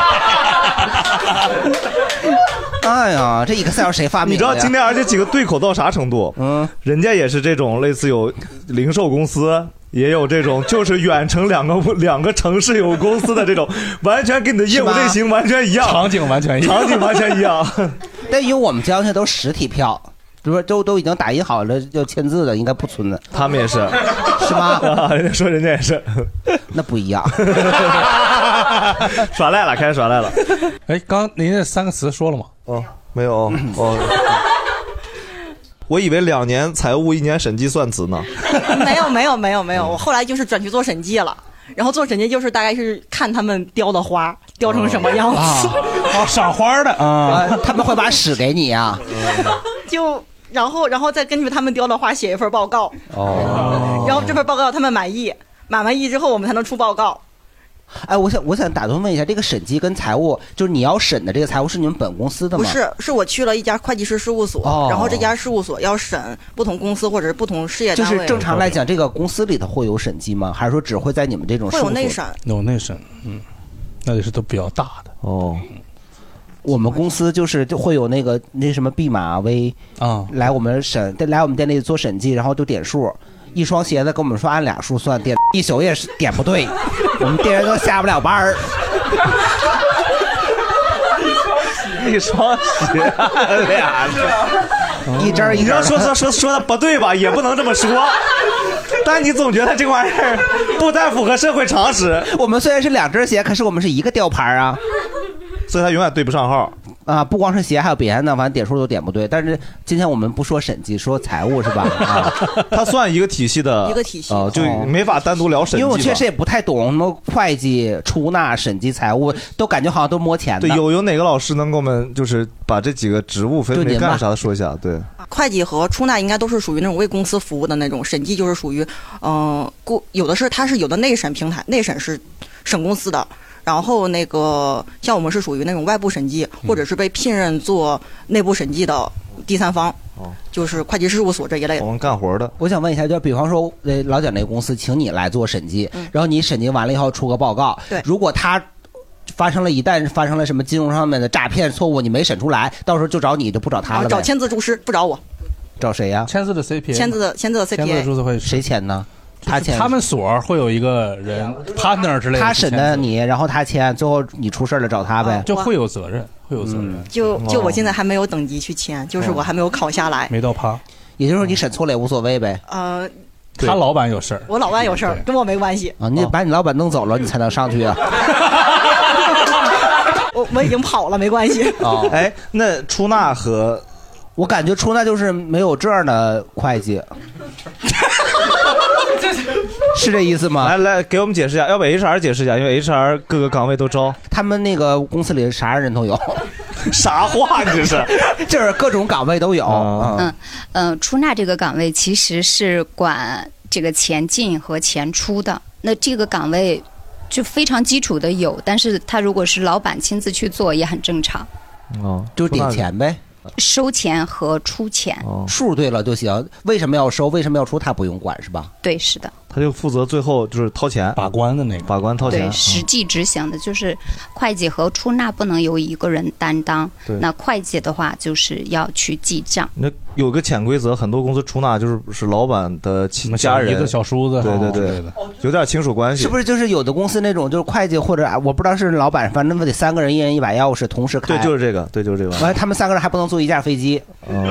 哎呀，这 Excel 谁发明的？ 你知道今天而且几个对口到啥程度？人家也是这种类似有零售公司。也有这种，就是远程两个城市有公司的这种，完全跟你的业务类型完全一样， 场景完全一样。但因为我们交现在都实体票，比如说都已经打印好了要签字的，应该不存的。 他们也是， 是吗？ 人家说人家也是， 那不一样。 耍赖了，开始耍赖了。 哎，刚刚您那3个词说了吗？ 哦，没有哦。我以为2年财务1年审计算词呢。 没有，我后来就是转去做审计了。然后做审计就是大概是看他们雕的花雕成什么样子。 赏花的啊，他们会把屎给你啊。 就然后再根据他们雕的花写一份报告。然后这份报告他们满意之后我们才能出报告。 哎，我想打断问一下，这个审计跟财务，就是你要审的这个财务是你们本公司的吗？ 不是，是我去了一家会计师事务所，然后这家事务所要审不同公司或者是不同事业单位。 就是正常来讲，这个公司里头会有审计吗？还是说只会在你们这种事务所？ 会有内审。 有内审，那也是都比较大的哦。我们公司就会有那什么毕马威啊来我们店里做审计，然后就点数。一双鞋子跟我们说按2数算，点一宿也是点不对，我们店员都下不了班儿。 一双鞋按2， 一针。 你要说的不对吧，也不能这么说。但你总觉得这个玩意儿不太符合社会常识。 我们虽然是2只鞋，可是我们是一个吊牌啊， 所以他永远对不上号。 啊，不光是鞋，还有别的，反正点数都点不对。但是今天我们不说审计，说财务是吧？啊， 它算一个体系的，就没法单独聊审计。 因为我确实也不太懂什么会计、出纳、审计、财务，都感觉好像都摸钱的。 对，有哪个老师能给我们就是把这几个职务分别干啥的说一下？对， 会计和出纳应该都是属于那种为公司服务的那种，审计就是属于有的是它是有的内审平台，内审是审公司的。然后那个像我们是属于那种外部审计，或者是被聘任做内部审计的第三方，就是会计事务所这一类的。 我们干活的。 我想问一下，就比方说，老蒋那个公司请你来做审计，然后你审计完了以后出个报告， 对， 如果他一旦发生了什么金融上面的诈骗错误，你没审出来，到时候就找你，就不找他了呗。 找签字注师，不找我。 找谁呀？ 签字的 CPA。 签字的 CPA。 谁签呢？ 他们所会有一个人 partner 之类的， 他审的你，然后他签，最后你出事了找他呗， 就会有责任， 就我现在还没有等级去签，就是我还没有考下来， 没到趴， 也就是说你审错了也无所谓呗。 他老板有事儿， 我老板有事儿，跟我没关系啊。你把你老板弄走了，你才能上去啊。 我已经跑了，没关系。 哎，那出纳和我感觉出纳就是没有证的会计。是这意思吗？ 来，给我们解释一下，要不 HR 解释一下，因为 HR 各个岗位都招， 他们那个公司里啥人都有。 啥话这是？ 就是各种岗位都有。 出纳这个岗位其实是管这个钱进和钱出的，那这个岗位就非常基础的有，但是他如果是老板亲自去做也很正常。 就点钱呗。 收钱和出钱， 数对了就行。为什么要收？为什么要出？他不用管是吧？ 对，是的。 他就负责最后就是掏钱， 把关的那个， 把关掏钱。 对，实际执行的就是会计和出纳不能由一个人担当。那会计的话就是要去记账。 那有个潜规则，很多公司出纳就是老板的家人， 一个小叔子， 对，有点亲属关系。 是不是就是有的公司那种就是会计或者我不知道是老板，反正得3个人，一人1把钥匙同时开。 对，就是这个， 完了，他们3个人还不能坐一架飞机。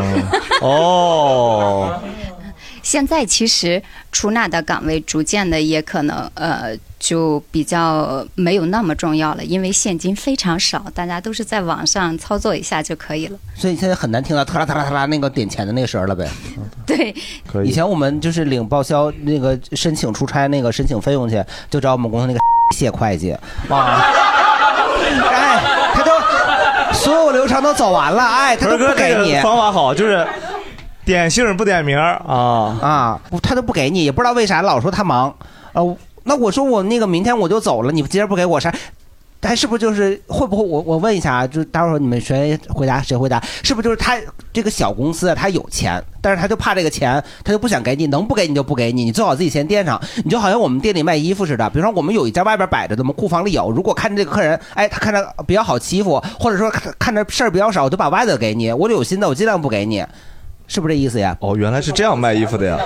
现在其实出纳的岗位逐渐的也可能就比较没有那么重要了，因为现金非常少，大家都是在网上操作一下就可以了。 所以现在很难听到特啦特啦特啦那个点钱的那个声了呗。 对， 可以。 以前我们就是领报销那个申请出差那个申请费用去，就找我们公司那个谢会计。哇，哎，他都所有流程都走完了，哎，他都不给你。 方法好，就是点姓不点名他都不给你，也不知道为啥老说他忙。那我说我那个明天我就走了，你今儿不给我啥？他是不是就是会不会我问一下啊？就待会儿你们谁回答？是不是就是他这个小公司他有钱，但是他就怕这个钱，他就不想给你，能不给你就不给你，你最好自己先垫上。你就好像我们店里卖衣服似的，比如说我们有一家外边摆着的，我们库房里有。如果看着这个客人，哎，他看着比较好欺负，或者说看着事儿比较少，我就把外头给你。我有新的，我尽量不给你，是不是这意思呀？ 哦，原来是这样卖衣服的呀。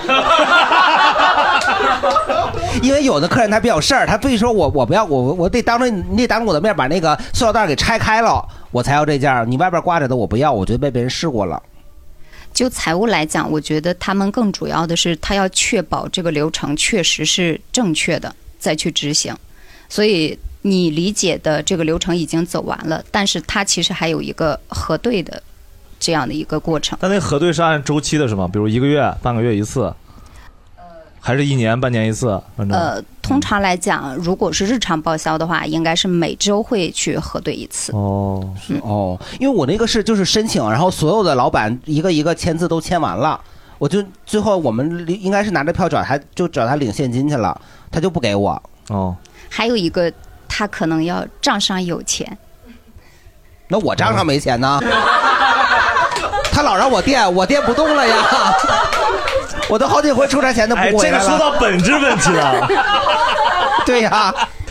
因为有的客人他比较事儿，他非说我不要，我得当着你得当着我的面把那个塑料袋给拆开了，我才要这件。你外边挂着的我不要，我觉得被别人试过了。 就财务来讲，我觉得他们更主要的是他要确保这个流程确实是正确的，再去执行。所以你理解的这个流程已经走完了，但是它其实还有一个核对的这样的一个过程。 但那核对是按周期的是吗？比如1个月、半个月一次？还是1年、半年一次？ 通常来讲，如果是日常报销的话，应该是每周会去核对一次。 因为我那个是就是申请，然后所有的老板一个一个签字都签完了，我就最后我们应该是拿着票找他领现金去了，他就不给我。 还有一个，他可能要账上有钱。 那我账上没钱呢？他老让我垫不动了呀。我都好几回出差钱都不回来了。 这个说到本质问题了。 对呀，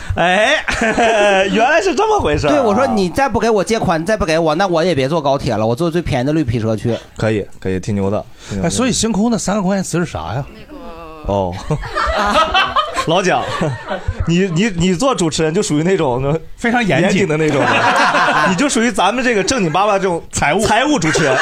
原来是这么回事。 对，我说你再不给我借款，你再不给我，那我也别坐高铁了，我坐最便宜的绿皮车去。 可以，挺牛的。 所以星空那3个关键词是啥呀？ 老蒋，你做主持人就属于那种非常严谨的那种，你就属于咱们这个正经八百这种财务主持人。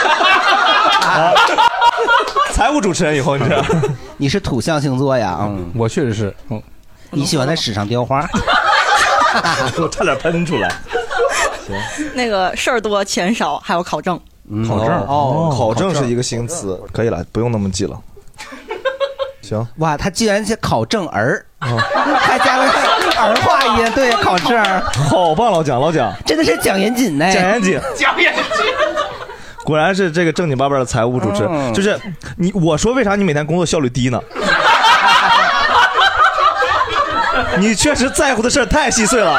财务主持人以后，你知道， 你是土象星座呀？ 我确实是。 你喜欢在纸上雕花？ 我差点喷出来。 行，那个事儿多钱少，还有考证。 考证是一个新词，可以了，不用那么记了。行， 哇，他竟然是考证儿，还加了儿化音，对，考证儿， 好棒，老蒋， 真的是讲严谨呢， 讲严谨。果然是这个正经八百的财务主持，就是我说为啥你每天工作效率低呢？你确实在乎的事儿太细碎了。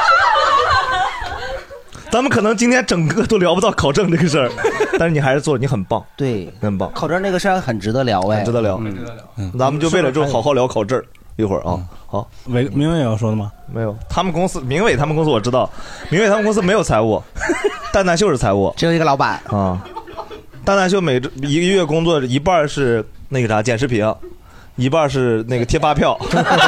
咱们可能今天整个都聊不到考证这个事儿，但是你还是做，你很棒， 对， 很棒。 考证那个事儿很值得聊， 很值得聊。咱们就为了这好好聊考证一会儿啊。好， 明伟要说的吗？ 没有，他们公司明伟他们公司我知道，明伟他们公司没有财务，蛋蛋秀是财务， 只有一个老板啊。蛋蛋秀每一个月工作一半是那个啥捡食品，一半是那个贴发票。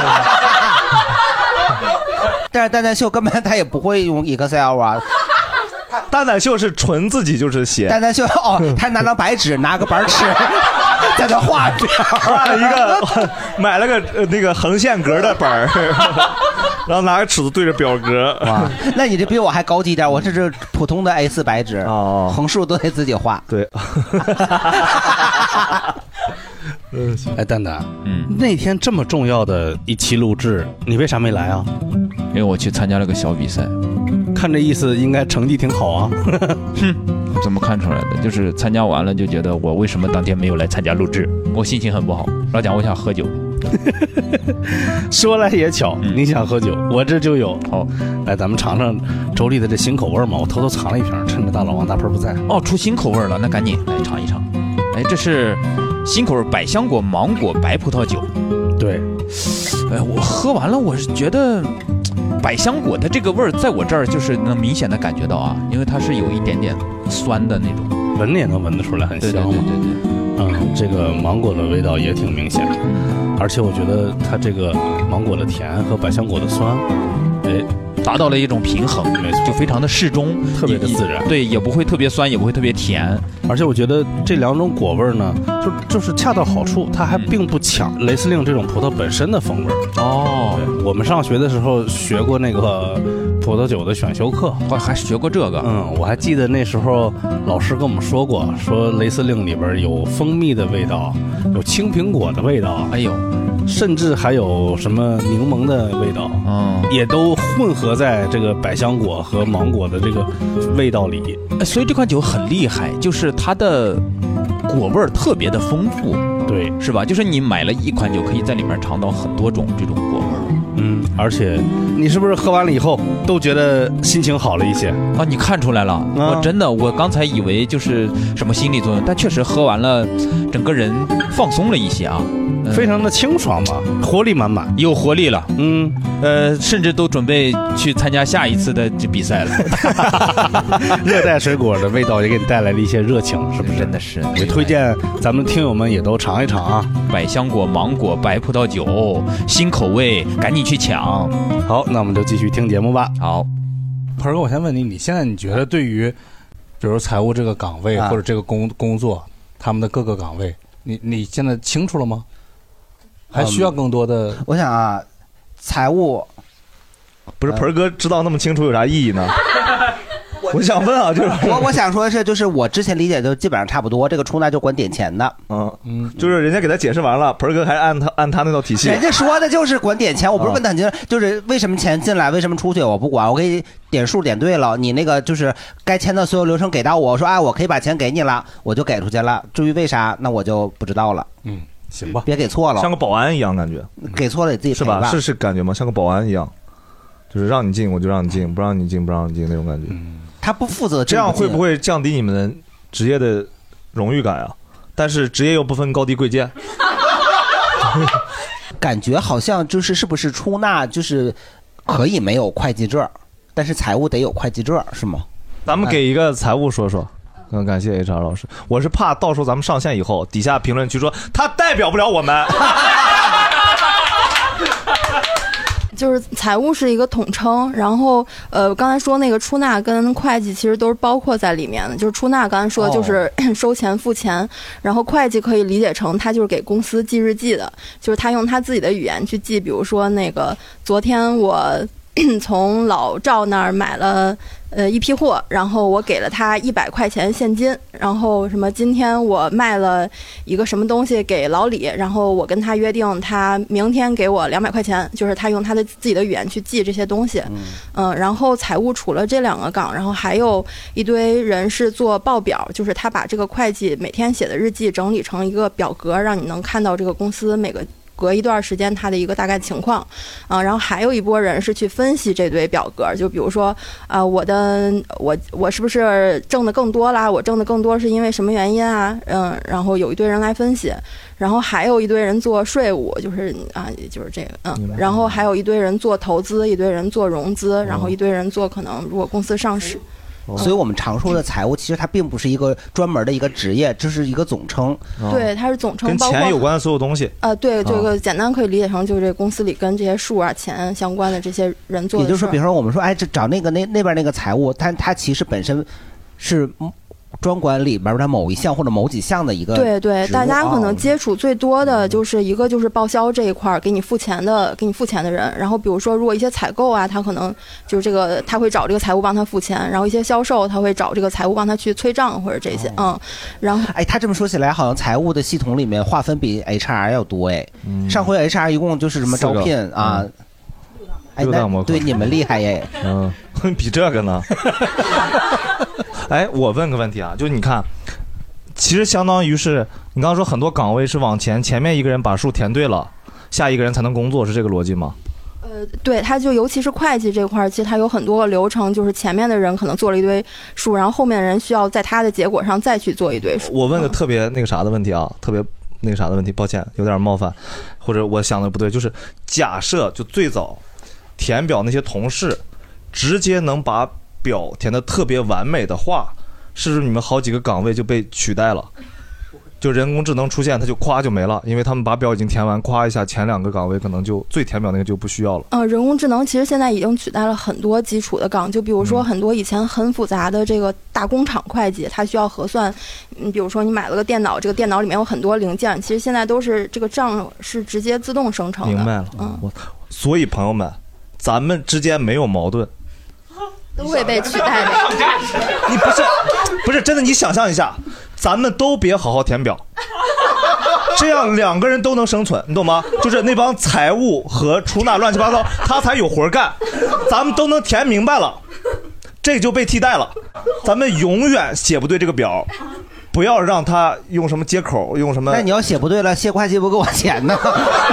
但是蛋蛋秀根本他也不会用 Excel 啊。 蛋蛋秀是纯自己就是写。 蛋蛋秀他拿张白纸，拿个板尺，在那画了一个，买了个那个横线格的本儿，然后拿个尺子对着表格。 哇，那你这比我还高级一点，我这普通的 A4 白纸，横竖都得自己画。 对。 蛋蛋，那天这么重要的一期录制，你为啥没来啊？ 因为我去参加了个小比赛， 看这意思应该成绩挺好啊。 怎么看出来的？就是参加完了就觉得我为什么当天没有来参加录制，我心情很不好。老蒋，我想喝酒。 说来也巧，你想喝酒，我这就有。好，来咱们尝尝周丽的这新口味嘛，我偷偷藏了一瓶，趁着大老王大盆不在。 出新口味了，那赶紧来尝一尝。这是新口味百香果芒果白葡萄酒。 对， 我喝完了，我是觉得百香果的这个味儿在我这儿就是能明显的感觉到啊，因为它是有一点点酸的那种， 闻也能闻得出来，很香嘛。对，这个芒果的味道也挺明显，而且我觉得它这个芒果的甜和百香果的酸， 达到了一种平衡，没错，就非常的适中， 特别的自然。 对，也不会特别酸，也不会特别甜。 而且我觉得这两种果味呢，就是恰到好处，它还并不抢雷司令这种葡萄本身的风味。我们上学的时候学过那个葡萄酒的选修课， 还学过这个。 我还记得那时候老师跟我们说过，说雷司令里边有蜂蜜的味道，有青苹果的味道。 哎呦。 甚至还有什么柠檬的味道，也都混合在这个百香果和芒果的这个味道里。 所以这款酒很厉害，就是它的果味儿特别的丰富， 对， 是吧？就是你买了一款酒，可以在里面尝到很多种这种果味儿。 而且你是不是喝完了以后都觉得心情好了一些啊？你看出来了，我真的，我刚才以为就是什么心理作用，但确实喝完了，整个人放松了一些啊， 非常的清爽嘛，活力满满， 有活力了。甚至都准备去参加下一次的比赛了。 热带水果的味道也给你带来了一些热情，是不是？ 真的是， 也推荐咱们听友们也都尝一尝啊！ 百香果、芒果、白葡萄酒，新口味，赶紧去抢。 好，那我们就继续听节目吧。 好， 盆哥，我先问你，你现在你觉得对于，比如财务这个岗位或者这个工作，他们的各个岗位，你现在清楚了吗？还需要更多的？ 我想啊，财务不是盆哥知道那么清楚有啥意义呢？我想问啊，就是我想说的是，就是我之前理解的基本上差不多，这个出纳就管点钱的， 就是人家给他解释完了，盆哥还按他那套体系。 人家说的就是管点钱，我不是问他很清楚，就是为什么钱进来，为什么出去，我不管，我给你点数点对了，你那个就是该签的所有流程给到我，说我可以把钱给你了，我就给出去了。至于为啥，那我就不知道了。 行吧， 别给错了， 像个保安一样感觉， 给错了你自己是吧？是感觉吗？像个保安一样，就是让你进我就让你进，不让你进不让你进那种感觉。 他不负责， 这样会不会降低你们的职业的荣誉感啊？但是职业又不分高低贵贱。 感觉好像是不是出纳就是可以没有会计证，但是财务得有会计证，是吗？ 咱们给一个财务说说。感谢 HR 老师，我是怕到时候咱们上线以后，底下评论区说他代表不了我们。 就是财务是一个统称，然后刚才说那个出纳跟会计其实都是包括在里面的。就是出纳刚才说就是收钱付钱，然后会计可以理解成他就是给公司记日记的，就是他用他自己的语言去记，比如说那个昨天我从老赵那儿买了一批货，然后我给了他100块钱现金，然后什么今天我卖了一个什么东西给老李，然后我跟他约定他明天给我200块钱，就是他用他的自己的语言去记这些东西。然后财务除了这2个岗，然后还有一堆人是做报表，就是他把这个会计每天写的日记整理成一个表格，让你能看到这个公司隔一段时间它的一个大概情况，然后还有一波人是去分析这堆表格，就比如说我是不是挣的更多啦？我挣的更多是因为什么原因啊？然后有一堆人来分析，然后还有一堆人做税务，就是就是这个然后还有一堆人做投资，一堆人做融资，然后一堆人做可能如果公司上市。 所以我们常说的财务，其实它并不是一个专门的一个职业，这是一个总称。 对，它是总称， 跟钱有关的所有东西。 对，这个简单可以理解成就是这公司里跟这些数啊、钱相关的这些人做的事。 也就是说，比如说我们说，这找那边那个财务，他其实本身是专管里边的某一项或者某几项的一个。 对，大家可能接触最多的就是一个就是报销这一块给你付钱的人，然后比如说如果一些采购啊，他可能就是这个他会找这个财务帮他付钱，然后一些销售他会找这个财务帮他去催账或者这些。然后他这么说起来，好像财务的系统里面划分比 HR 要多上回 HR 一共就是什么招聘啊。 6档模块， 对你们厉害耶！ 比这个呢？我问个问题啊，就你看，其实相当于是你刚刚说很多岗位是往前面一个人把数填对了，下一个人才能工作，是这个逻辑吗？ 对，他就尤其是会计这块，其实他有很多个流程，就是前面的人可能做了一堆数，然后后面的人需要在他的结果上再去做一堆数。 我问个特别那个啥的问题啊，特别那个啥的问题，抱歉，有点冒犯，或者我想的不对，就是假设就最早填表那些同事直接能把表填得特别完美的话，是不是你们好几个岗位就被取代了？就人工智能出现，它就夸就没了，因为他们把表已经填完，夸一下前2个岗位可能就最填表那个就不需要了。 人工智能其实现在已经取代了很多基础的岗，就比如说很多以前很复杂的这个大工厂会计，它需要核算，比如说你买了个电脑，这个电脑里面有很多零件，其实现在都是这个账是直接自动生成的。 明白了，所以朋友们，咱们之间没有矛盾。 都会被取代的。 你不是真的，你想象一下，咱们都别好好填表， 这样2个人都能生存，你懂吗？就是那帮财务和出纳乱七八糟，他才有活干，咱们都能填明白了，这就被替代了。咱们永远写不对这个表，不要让他用什么接口，用什么。 那你要写不对了，谢会计不给我钱呢？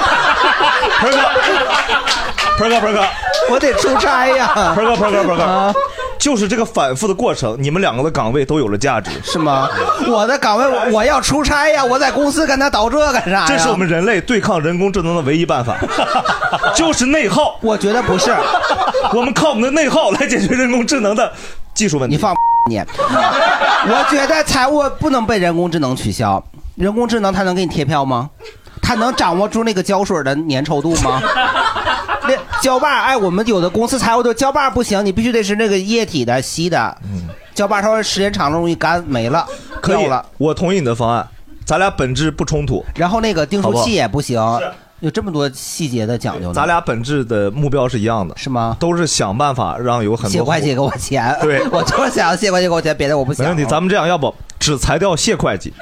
盆哥， 我得出差呀。 盆哥，就是这个反复的过程，你们2个的岗位都有了价值， 是吗？我的岗位我要出差呀，我在公司跟他倒这干啥呀？ 这是我们人类对抗人工智能的唯一办法，就是内耗。 我觉得不是， 我们靠我们的内耗来解决人工智能的技术问题。 你放你，我觉得财务不能被人工智能取消。人工智能它能给你贴票吗？它能掌握住那个胶水的粘稠度吗？那胶把，我们有的公司财务的胶把不行，你必须得是那个液体的稀的。胶把稍微时间长了容易干没了，掉了。 我同意你的方案，咱俩本质不冲突。 然后那个订书器也不行，有这么多细节的讲究呢。 咱俩本质的目标是一样的， 是吗？ 都是想办法让有很多谢会计给我钱。 对， 我就是想要谢会计给我钱，别的我不想。 没问题，咱们这样，要不只裁掉谢会计。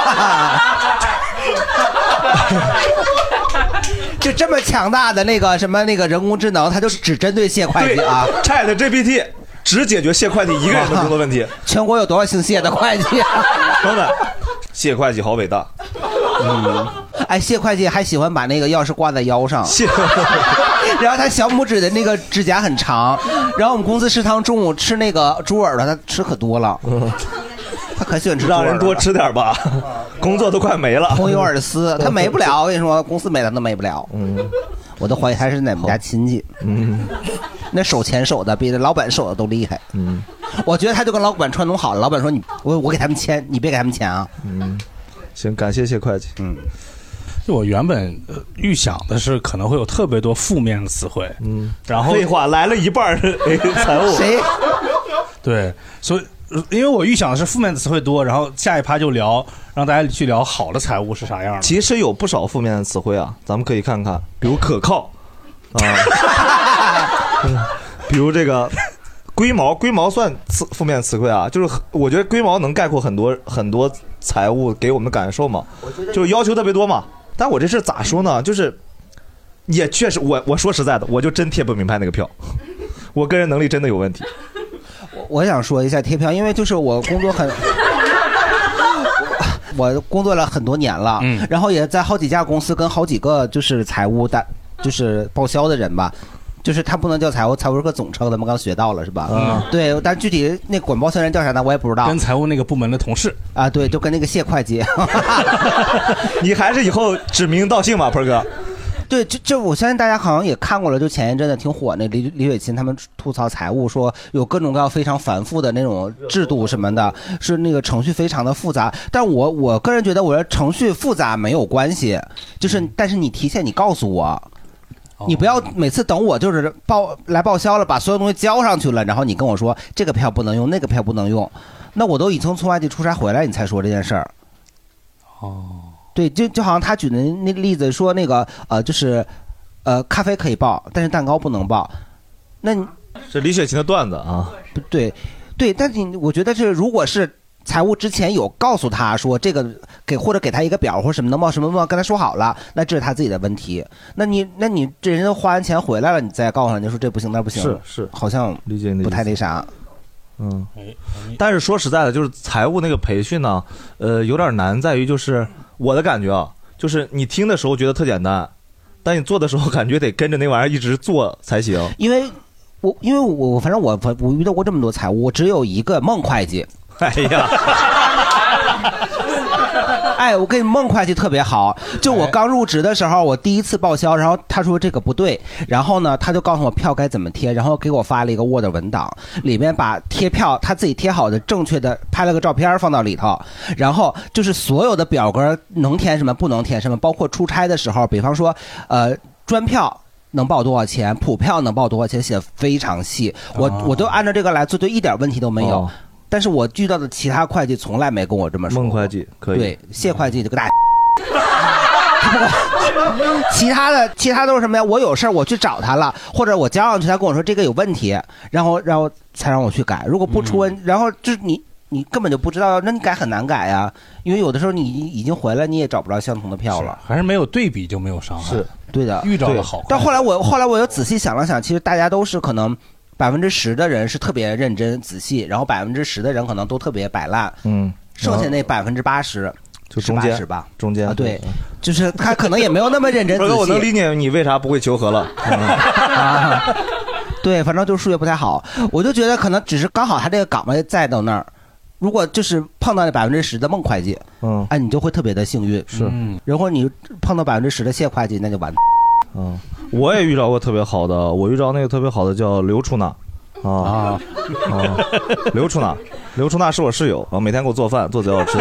就这么强大的那个什么那个人工智能，它就只针对谢会计啊。 ChatGPT 只解决谢会计一个人的工作问题。 全国有多少姓谢的会计啊？ 朋友们，谢会计好伟大。 谢会计还喜欢把那个钥匙挂在腰上。然后他小拇指的那个指甲很长。然后我们公司食堂中午吃那个猪耳朵，他吃可多了。他可喜欢吃， 让人多吃点吧，工作都快没了。 红油耳丝，他没不了，我跟你说，公司没他都没不了。我都怀疑他是哪们家亲戚。那手牵手的比老板手的都厉害。我觉得他就跟老板串通好了，老板说我给他们签，你别给他们钱啊。 行，感谢谢会计。 就我原本预想的是可能会有特别多负面的词汇。然后废话来了一半是财务。 谁？ 对，所以。因为我预想的是负面的词汇多，然后下一趴就聊，让大家去聊好的财务是啥样的。 其实有不少负面的词汇啊，咱们可以看看，比如可靠啊，比如这个龟毛算负面词汇啊，就是我觉得龟毛能概括很多财务给我们的感受嘛，就是要求特别多嘛。但我这事咋说呢？就是也确实，我说实在的，我就真贴不明白那个票，我个人能力真的有问题。 我想说一下贴票，因为就是我工作我工作了很多年了，然后也在好几家公司跟好几个就是财务的，就是报销的人吧，就是他不能叫财务，财务是个总称，咱们刚学到了是吧？对，但具体那管报销人叫啥呢？我也不知道。 跟财务那个部门的同事啊，对，就跟那个谢会计。 你还是以后指名道姓吧，鹏哥。 对，这我相信大家好像也看过了，就前一阵子挺火那李雪琴他们吐槽财务，说有各种各样非常繁复的那种制度什么的，是那个程序非常的复杂。但我个人觉得，我的程序复杂没有关系，就是但是你提前你告诉我，你不要每次等我就是报销了，把所有东西交上去了，然后你跟我说这个票不能用，那个票不能用，那我都已经从外地出差回来，你才说这件事儿。对，就好像他举的那个例子说那个就是咖啡可以报，但是蛋糕不能报。那是李雪琴的段子啊。 对，但是我觉得是如果是财务之前有告诉他说这个或者给他一个表或者什么能报什么能报，跟他说好了，那这是他自己的问题。那你这人都花完钱回来了，你再告诉他，你说这不行那不行， 是好像理解你的不太那啥。 但是说实在的，就是财务那个培训呢，有点难在于就是我的感觉啊，就是你听的时候觉得特简单，但你做的时候感觉得跟着那玩意儿一直做才行。 因为我反正我遇到过这么多财务，我只有一个孟会计。 哎呀。 我跟你孟会计特别好，就我刚入职的时候，我第一次报销，然后他说这个不对，然后呢他就告诉我票该怎么贴，然后给我发了一个 Word 文档，里面把贴票他自己贴好的正确的拍了个照片放到里头，然后就是所有的表格能填什么不能填什么，包括出差的时候，比方说专票能报多少钱，普票能报多少钱，写得非常细，我都按照这个来做，就一点问题都没有。但是我遇到的其他会计从来没跟我这么说。 孟会计可以， 对，谢会计这个大。其他都是什么呀？我有事儿我去找他了，或者我交上去，他跟我说这个有问题，然后才让我去改。如果不出问，然后就是你根本就不知道，那你改很难改呀，因为有的时候你已经回来，你也找不着相同的票了。 还是没有对比就没有伤害。 是对的， 遇到了好。 但后来我又仔细想了想，其实大家都是可能10%的人是特别认真仔细，然后10%的人可能都特别摆烂，剩下那80%。 就中间吧， 中间啊，对，就是他可能也没有那么认真仔细。 我能理解你为啥不会求和了。 对，反正就是数学不太好，我就觉得可能只是刚好他这个岗位在到那儿，如果就是碰到那10%的孟会计，哎，你就会特别的幸运。 是， 如果你碰到10%的谢会计，那就完。 我也遇到过特别好的，我遇到那个特别好的叫刘出纳。刘出纳是我室友啊，每天给我做饭，做贼好吃。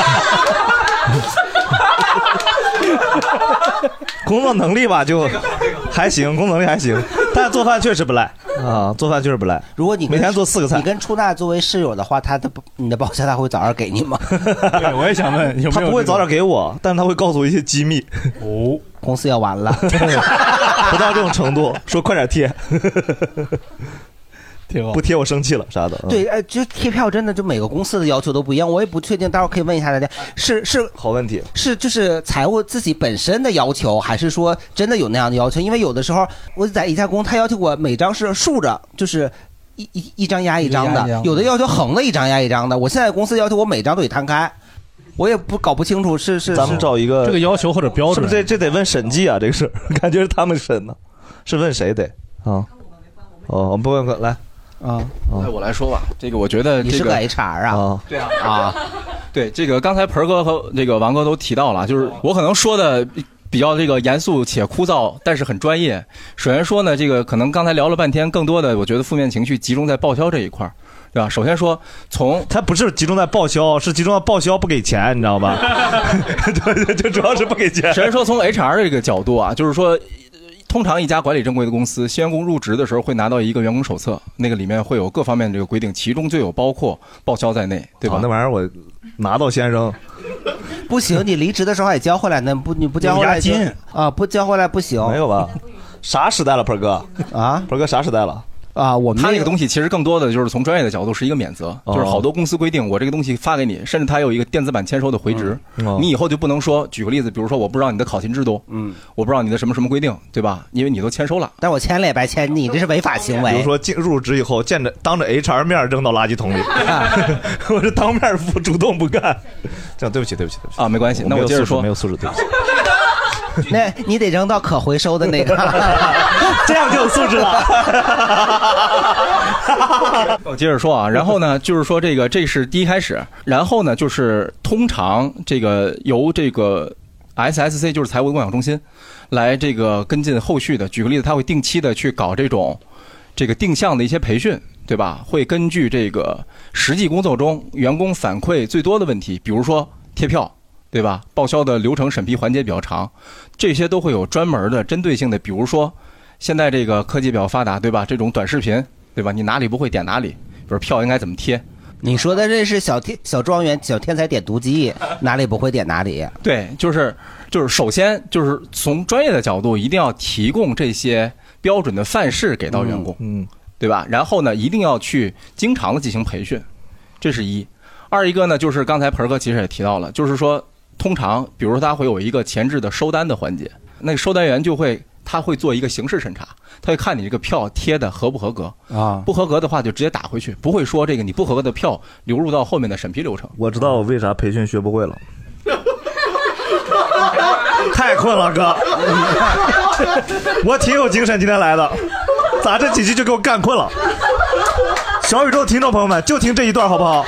工作能力吧就还行，工作能力还行，但做饭确实不赖啊，做饭确实不赖。 如果你每天做4个菜， 你跟出纳作为室友的话，你的报销他会早点给你吗？ 对，我也想问，有没有他不会早点给我，但是他会告诉我一些机密。 哦，公司要完了， 不到这种程度，说快点贴。不贴我生气了啥的。 对，就贴票真的就每个公司的要求都不一样，我也不确定，待会儿可以问一下大家，是好问题， 就是财务自己本身的要求，还是说真的有那样的要求？因为有的时候我在一家公司，他要求我每张是竖着，就是一张压一张的，有的要求横的一张压一张的。我现在公司要求我每张都得摊开，我也搞不清楚是。 咱们找一个这个要求或者标准， 是不是这得问审计啊？这个事感觉是他们审呢，是问谁得啊？我们不问来。 那我来说吧，这个我觉得你是个 HR 啊， 对啊，对，这个刚才盆哥和这个王哥都提到了，就是我可能说的比较这个严肃且枯燥，但是很专业。首先说呢，这个可能刚才聊了半天，更多的我觉得负面情绪集中在报销这一块，对吧？首先说， 他不是集中在报销，是集中在报销不给钱，你知道吧？对，就主要是不给钱。 首先说从 HR 这个角度啊，就是说。通常一家管理正规的公司，新员工入职的时候会拿到一个员工手册，那个里面会有各方面的这个规定，其中就有包括报销在内，对吧？ 那玩意儿我拿到先生， 不行，你离职的时候还交回来呢，你不交回来押金啊，不交回来不行。 没有吧？啥时代了，盆哥啊？盆哥啥时代了？ 啊， 他这个东西其实更多的就是从专业的角度是一个免责，就是好多公司规定我这个东西发给你，甚至它有一个电子版签收的回执，你以后就不能说，举个例子，比如说我不知道你的考勤制度，我不知道你的什么什么规定，对吧？因为你都签收了， 但我签了也白签，你这是违法行为。 比如说入职以后当着 HR 面扔到垃圾桶里，我是当面主动不干，这样对不起啊，没关系，那我接着说， 没有素质，对不起。 那你得扔到可回收的那个， 这样就有素质了。 我接着说啊，然后呢，就是说这是第一开始，然后呢，就是通常这个由这个 SSC 就是财务共享中心来这个跟进后续的。举个例子，他会定期的去搞这个定向的一些培训，对吧？会根据这个实际工作中员工反馈最多的问题，比如说贴票。对吧？报销的流程审批环节比较长，这些都会有专门的针对性的。比如说，现在这个科技比较发达，对吧？这种短视频，对吧？你哪里不会点哪里，比如票应该怎么贴。 你说的这是小庄园小天才点读机，哪里不会点哪里。 对，就是首先就是从专业的角度，一定要提供这些标准的范式给到员工，对吧？然后呢，一定要去经常的进行培训，这是一。二一个呢，就是刚才盆哥其实也提到了，就是说。通常，比如说他会有一个前置的收单的环节，那个收单员他会做一个形式审查，他会看你这个票贴的合不合格啊，不合格的话就直接打回去，不会说这个你不合格的票流入到后面的审批流程。 我知道我为啥培训学不会了，太困了哥，我挺有精神今天来的，咋这几句就给我干困了？小宇宙听众朋友们，就听这一段好不好？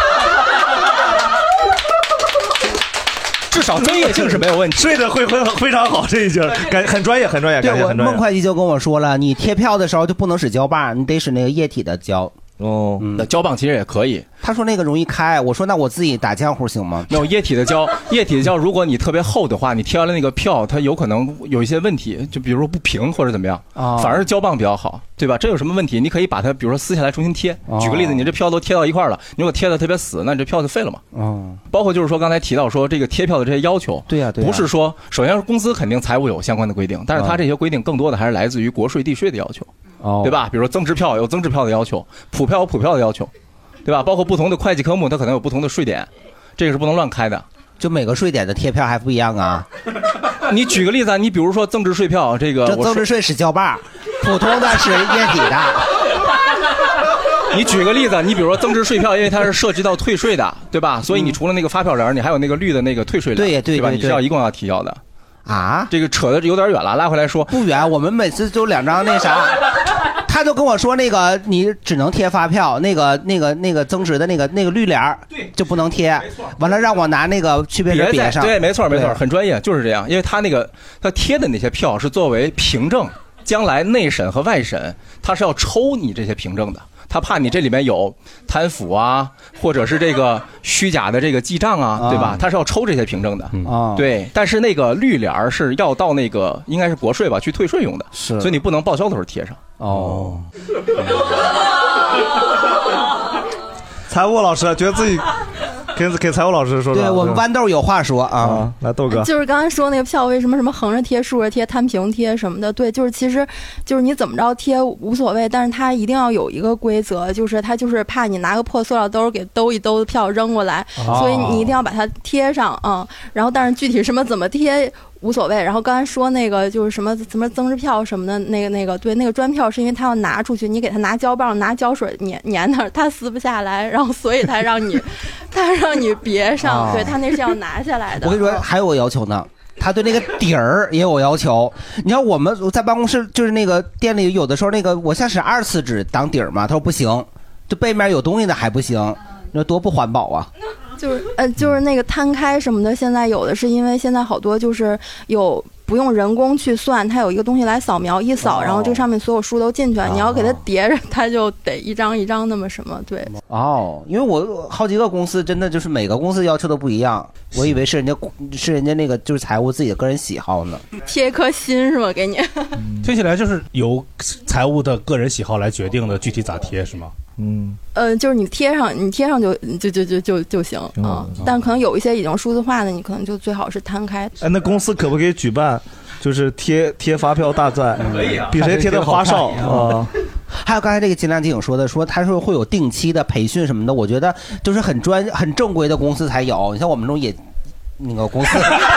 至少专业性是没有问题， 睡得会非常好，这一句很专业，很专业，感觉很专业。 孟会计就跟我说了，你贴票的时候就不能使胶棒，你得使那个液体的胶。 那胶棒其实也可以。 他说那个容易开，我说那我自己打浆糊行吗？ 没有液体的胶，如果你特别厚的话，你贴完了那个票，它有可能有一些问题，就比如说不平或者怎么样，反而胶棒比较好，对吧？这有什么问题？你可以把它，比如说撕下来重新贴。举个例子，你这票都贴到一块了，你如果贴的特别死，那你这票就废了嘛。包括就是说刚才提到说这个贴票的这些要求， 对呀， 不是说首先是公司肯定财务有相关的规定，但是它这些规定更多的还是来自于国税地税的要求。对吧？比如说增值票有增值票的要求，普票有普票的要求， 对吧？包括不同的会计科目，它可能有不同的税点，这个是不能乱开的。 就每个税点的贴票还不一样啊。 你举个例子啊，你比如说增值税票，这增值税是胶把，普通的是液体的。 你举个例子，你比如说增值税票，因为它是涉及到退税的，对吧？所以你除了那个发票联，你还有那个绿的那个退税联，对吧？你是要一共要提交的。 啊， 这个扯的有点远了，拉回来说。 不远，我们每次就2张那啥。他就跟我说，那个你只能贴发票，那个增值的那个绿联就不能贴，完了让我拿那个区别针别上。 对，没错，很专业，就是这样。因为他贴的那些票是作为凭证，将来内审和外审他是要抽你这些凭证的。他怕你这里面有贪腐啊，或者是这个虚假的这个记账啊，对吧？他是要抽这些凭证的。对。但是那个绿联是要到那个应该是国税吧去退税用的，所以你不能报销的时候贴上。哦。 财务老师觉得自己给财务老师说说。 对，我们豌豆有话说啊。 来，豆哥。 就是刚才说那个票为什么横着贴、竖着贴、摊平贴什么的，对，就是其实就是你怎么着贴无所谓，但是它一定要有一个规则，就是它就是怕你拿个破塑料兜给兜一兜票扔过来，所以你一定要把它贴上然后但是具体什么怎么贴无所谓。然后刚才说那个就是什么增值票什么的，那个对，那个专票是因为他要拿出去，你给他拿胶棒拿胶水粘那儿，他撕不下来，然后所以他让你别上，对，他那是要拿下来的。 我跟你说还有个要求呢，他对那个底儿也有要求。你看我们在办公室就是那个店里有的时候那个我像是2次纸当底儿嘛，他说不行，就背面有东西的还不行，那多不环保啊。 就是那个摊开什么的，现在有的是因为现在好多就是有不用人工去算，它有一个东西来扫描一扫，然后这上面所有数都进去了，你要给它叠着，它就得一张一张那么什么。对。 因为我好几个公司真的就是每个公司要求都不一样，我以为是人家那个就是财务自己的个人喜好呢。 贴一颗心是吧？给你。 听起来就是由财务的个人喜好来决定的，具体咋贴是吗？ 就是你贴上就行啊，但可能有一些已经数字化的，你可能就最好是摊开。 哎，那公司可不可以举办就是贴发票大赛？可以啊，比谁贴的花哨啊？ 还有刚才这个金亮警说的，说他说会有定期的培训什么的，我觉得就是很正规的公司才有。你像我们这种那个公司。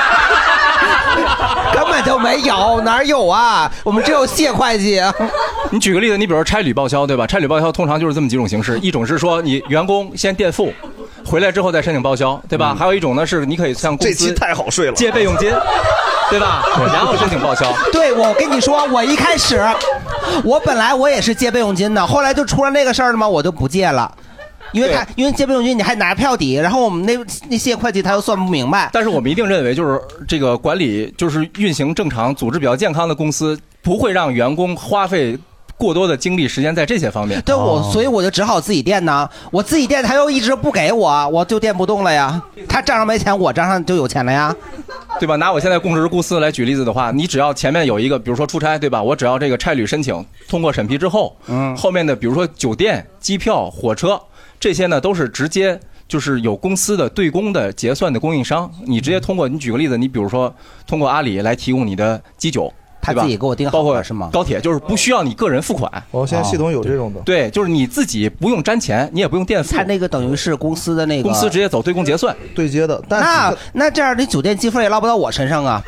根本就没有，哪有啊？我们只有谢会计啊。 你举个例子，你比如说差旅报销，对吧？差旅报销通常就是这么几种形式，一种是说你员工先垫付，回来之后再申请报销，对吧？还有一种呢是你可以向公司这期太好睡了借备用金，对吧？然后申请报销。 对，我跟你说，我一开始我本来我也是借备用金的，后来就出了那个事儿了嘛，我就不借了。因为借备用金你还拿票抵，然后我们那些会计他又算不明白。 但是我们一定认为，就是这个管理就是运行正常、组织比较健康的公司，不会让员工花费过多的精力时间在这些方面。 对，所以我就只好自己垫呢。我自己垫，他又一直不给我就垫不动了呀。他账上没钱，我账上就有钱了呀。 对吧？拿我现在供职公司来举例子的话，你只要前面有一个，比如说出差，对吧？我只要这个差旅申请通过审批之后，后面的比如说酒店、机票、火车。这些呢都是直接就是有公司的对公的结算的供应商，你直接通过，你举个例子，你比如说通过阿里来提供你的机酒， 他自己给我订好了是吗？ 高铁就是不需要你个人付款。 现在系统有这种的。 对，就是你自己不用沾钱，你也不用垫付。 他那个等于是公司的那个公司直接走对公结算对接的。 那这样，你酒店积分也落不到我身上啊。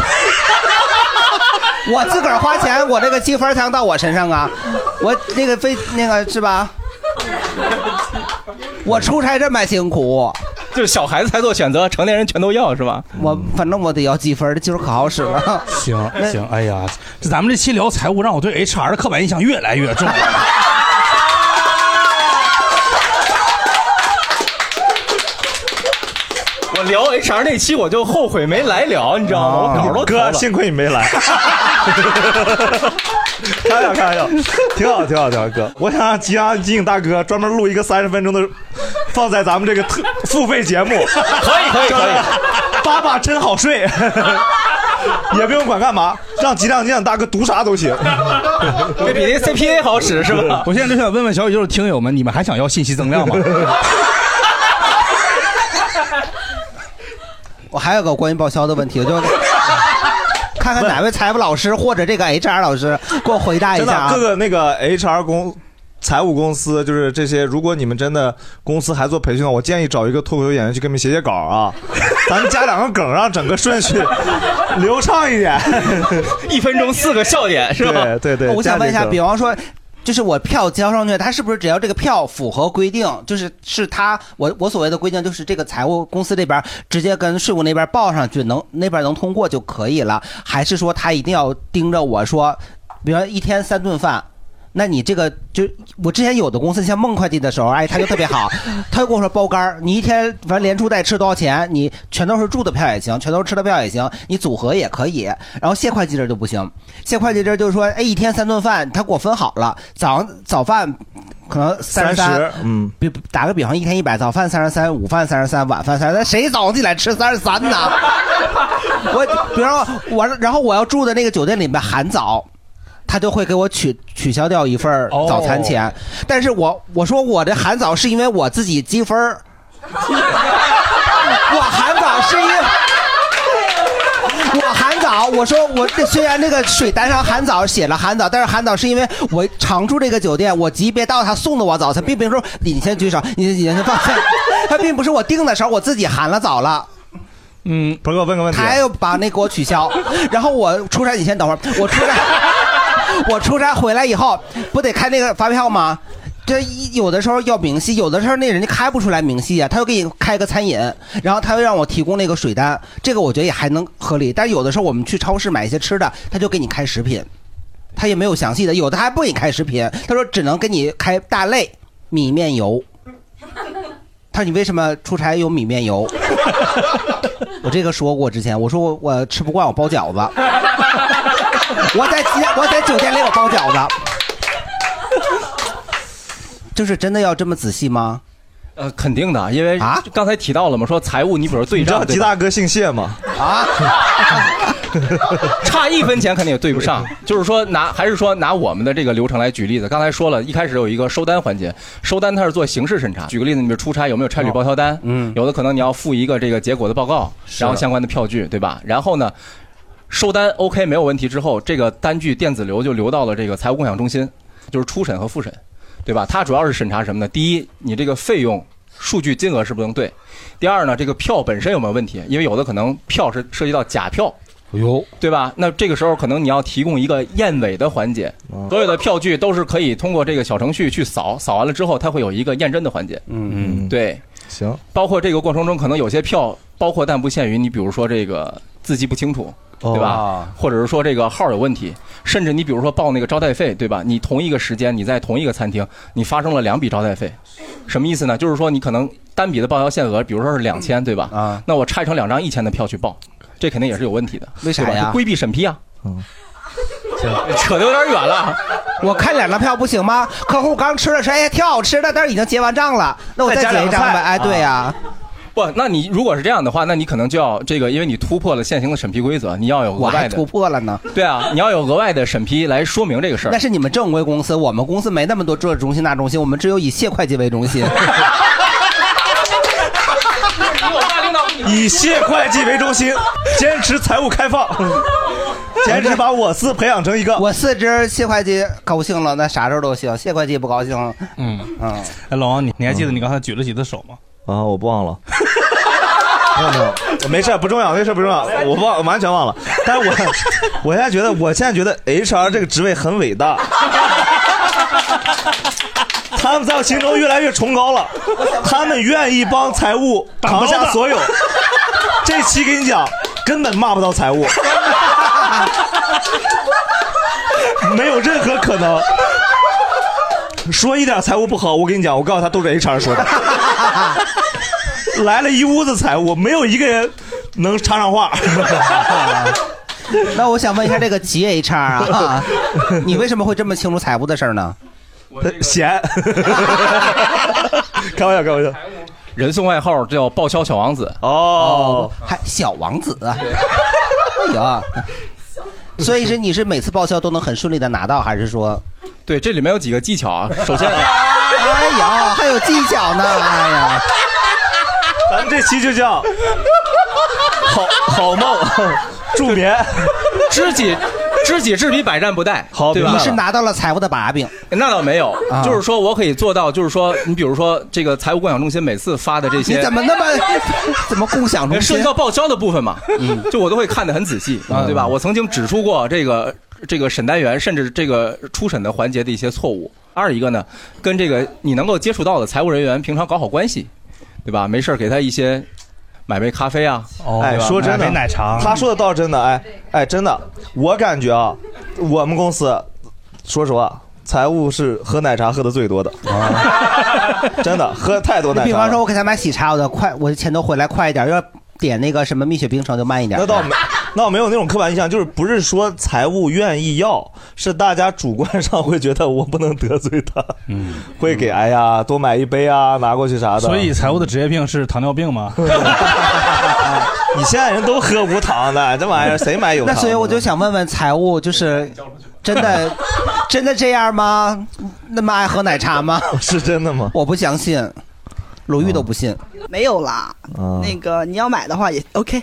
我自个儿花钱，我这个积分才能到我身上啊。我那个是吧？我出差这么辛苦， 就是小孩子才做选择，成年人全都要是吧？ 反正我得要积分，这积分可好使了。 行，哎呀，咱们这期聊财务，让我对 HR 的刻板印象越来越重。 我聊 HR 那期我就后悔没来聊，你知道吗？我稿都哥，幸亏你没来。开玩笑，挺好，哥。我想让吉阳金影大哥专门录一个30分钟的，放在咱们这个付费节目。 可以。 爸爸真好睡，也不用管干嘛，让吉亮金影大哥读啥都行。 这比那 CPA 好使是吧？ 我现在就想问问小宇宙的听友们，你们还想要信息增量吗？ 我还有个关于报销的问题，我就看看哪位财务老师或者这个 HR 老师给我回答一下啊。 各个那个 HR 财务公司，就是这些，如果你们真的公司还做培训的话，我建议找一个脱口秀演员去给你们写稿啊，咱们加2个梗，让整个顺序流畅一点。 1分钟4个笑点是吧？ 对。 我想问一下，比方说。就是我票交上去，他是不是只要这个票符合规定，是他我所谓的规定，就是这个财务公司这边直接跟税务那边报上去，那边能通过就可以了？还是说他一定要盯着我说，比如1天3顿饭？那你这个就我之前有的公司像梦快递的时候，哎，他就特别好，他就跟我说包干，你1天反正连住带吃多少钱，你全都是住的票也行，全都是吃的票也行，你组合也可以。然后谢会计这就不行，谢会计这就是说，哎，1天3顿饭他给我分好了，早饭可能33，打个比方，1天100，早饭33，午饭33，晚饭33，谁早上起来吃33呢？比方说然后我要住的那个酒店里面含早。他就会给我取消掉1份早餐钱，但是我说我这含早是因为我自己积分我含早是因为我含早，我说我虽然那个水单上含早写了含早，但是含早是因为我常住这个酒店，我级别到他送的我早餐，并不是说你先举手，你先放下，他并不是我订的时候我自己含了早了。 不是，我问个问题， 他又把那给我取消，然后我出差，你先等会儿，我出差回来以后，不得开那个发票吗？这有的时候要明细，有的时候那人家开不出来明细啊，他又给你开个餐饮，然后他又让我提供那个水单，这个我觉得也还能合理。但是有的时候我们去超市买一些吃的，他就给你开食品，他也没有详细的，有的还不给你开食品，他说只能给你开大类米面油。他说你为什么出差有米面油？我这个说过之前，我说我吃不惯，我包饺子。我在酒店里我包饺子，就是真的要这么仔细吗？ 肯定的，因为刚才提到了嘛，说财务，你比如对账， 你知道吉大哥姓谢吗？ 差1分钱肯定也对不上。就是说还是说拿我们的这个流程来举例子。刚才说了一开始有一个收单环节，收单它是做形式审查。举个例子，你比如出差有没有差旅报销单？有的可能你要附一个这个结果的报告，然后相关的票据，对吧？然后呢，收单 OK 没有问题之后，这个单据电子流就流到了这个财务共享中心，就是初审和复审，对吧？它主要是审查什么呢？第一，你这个费用数据金额是不能对；第二呢，这个票本身有没有问题？因为有的可能票是涉及到假票，对吧？那这个时候可能你要提供一个验伪的环节，所有的票据都是可以通过这个小程序去扫完了之后，它会有一个验真的环节。对， 行。 包括这个过程中，可能有些票包括但不限于，你比如说这个字迹不清楚。对吧？或者是说这个号有问题，甚至你比如说报那个招待费，对吧？你同一个时间你在同一个餐厅，你发生了2笔招待费，什么意思呢？就是说你可能单笔的报销限额，比如说是2000，对吧？那我拆成2张1000的票去报，这肯定也是有问题的。 为啥呀？ 规避审批啊。扯得有点远了。 我看2张票不行吗？客户刚吃了吃，哎，挺好吃的，但是已经结完账了，那我再结1张呗。哎，对呀。 不，那你如果是这样的话，那你可能就要这个，因为你突破了现行的审批规则，你要有额外的。 我还突破了呢。 对啊，你要有额外的审批来说明这个事儿。 那是你们正规公司，我们公司没那么多这中心那中心，我们只有以谢会计为中心。 以谢会计为中心，坚持财务开放，坚持把我司培养成一个。 我4只谢会计高兴了，那啥时候都行。谢会计不高兴。 哎，老王，你还记得你刚才举了几次手吗？ 我不忘了。没事，不重要，我完全忘了。但是我现在觉得 HR 这个职位很伟大，他们在我心中越来越崇高了，他们愿意帮财务扛下所有。这期跟你讲，根本骂不到财务，没有任何可能。说一点财务不好，我跟你讲，我告诉他都是 HR 说的。来了一屋子财务，没有一个人能插上话。 那我想问一下，这个企业 HR 啊，你为什么会这么清楚财务的事儿呢？ 闲。开玩笑。 人送外号叫报销小王子。 还小王子啊？哎呀，所以你是每次报销都能很顺利的拿到，还是说？ 对，这里面有几个技巧啊。首先， 哎呀，还有技巧呢，哎呀。 咱们这期就叫好梦助眠， 知己知己知彼，百战不殆， 好， 对吧？ 你是拿到了财务的把柄？ 那倒没有，就是说我可以做到，就是说，你比如说这个财务共享中心每次发的这些， 你怎么那么怎么共享中心？ 涉及到报销的部分嘛，就我都会看得很仔细，对吧？我曾经指出过这个审单员甚至这个初审的环节的一些错误。二一个呢，跟这个你能够接触到的财务人员平常搞好关系，对吧？没事给他一些买杯咖啡啊， 说真的， 买杯奶茶。 他说的倒是真的，真的，我感觉啊，我们公司说实话，财务是喝奶茶喝的最多的，真的喝太多奶茶。 比方说，我给他买喜茶，我的钱都回来快一点，要点那个什么蜜雪冰城就慢一点。 那倒没有那种刻板印象，就是不是说财务愿意要，是大家主观上会觉得我不能得罪他，会给哎呀多买一杯啊，拿过去啥的。 所以财务的职业病是糖尿病吗？ 你现在人都喝无糖的，这玩意儿谁买有糖的？ 那所以我就想问问财务，就是真的这样吗？那么爱喝奶茶吗？ 是真的吗？ 我不相信。鲁豫都不信， 没有啦。那个你要买的话也 OK。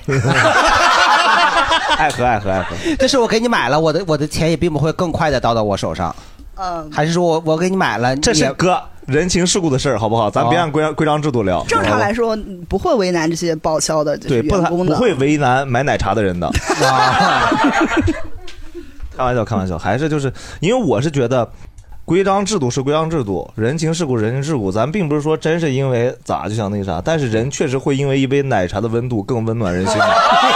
爱喝。 但是我给你买了，我的钱也并不会更快的到我手上。还是说我给你买了， 这是哥人情世故的事儿，好不好？咱别按规章制度聊。 正常来说，不会为难这些报销的员工的， 不会为难买奶茶的人的。开玩笑，还是就是因为我是觉得。规章制度是规章制度，人情世故人情世故，咱并不是说真是因为咋就想那啥，但是人确实会因为一杯奶茶的温度更温暖人心。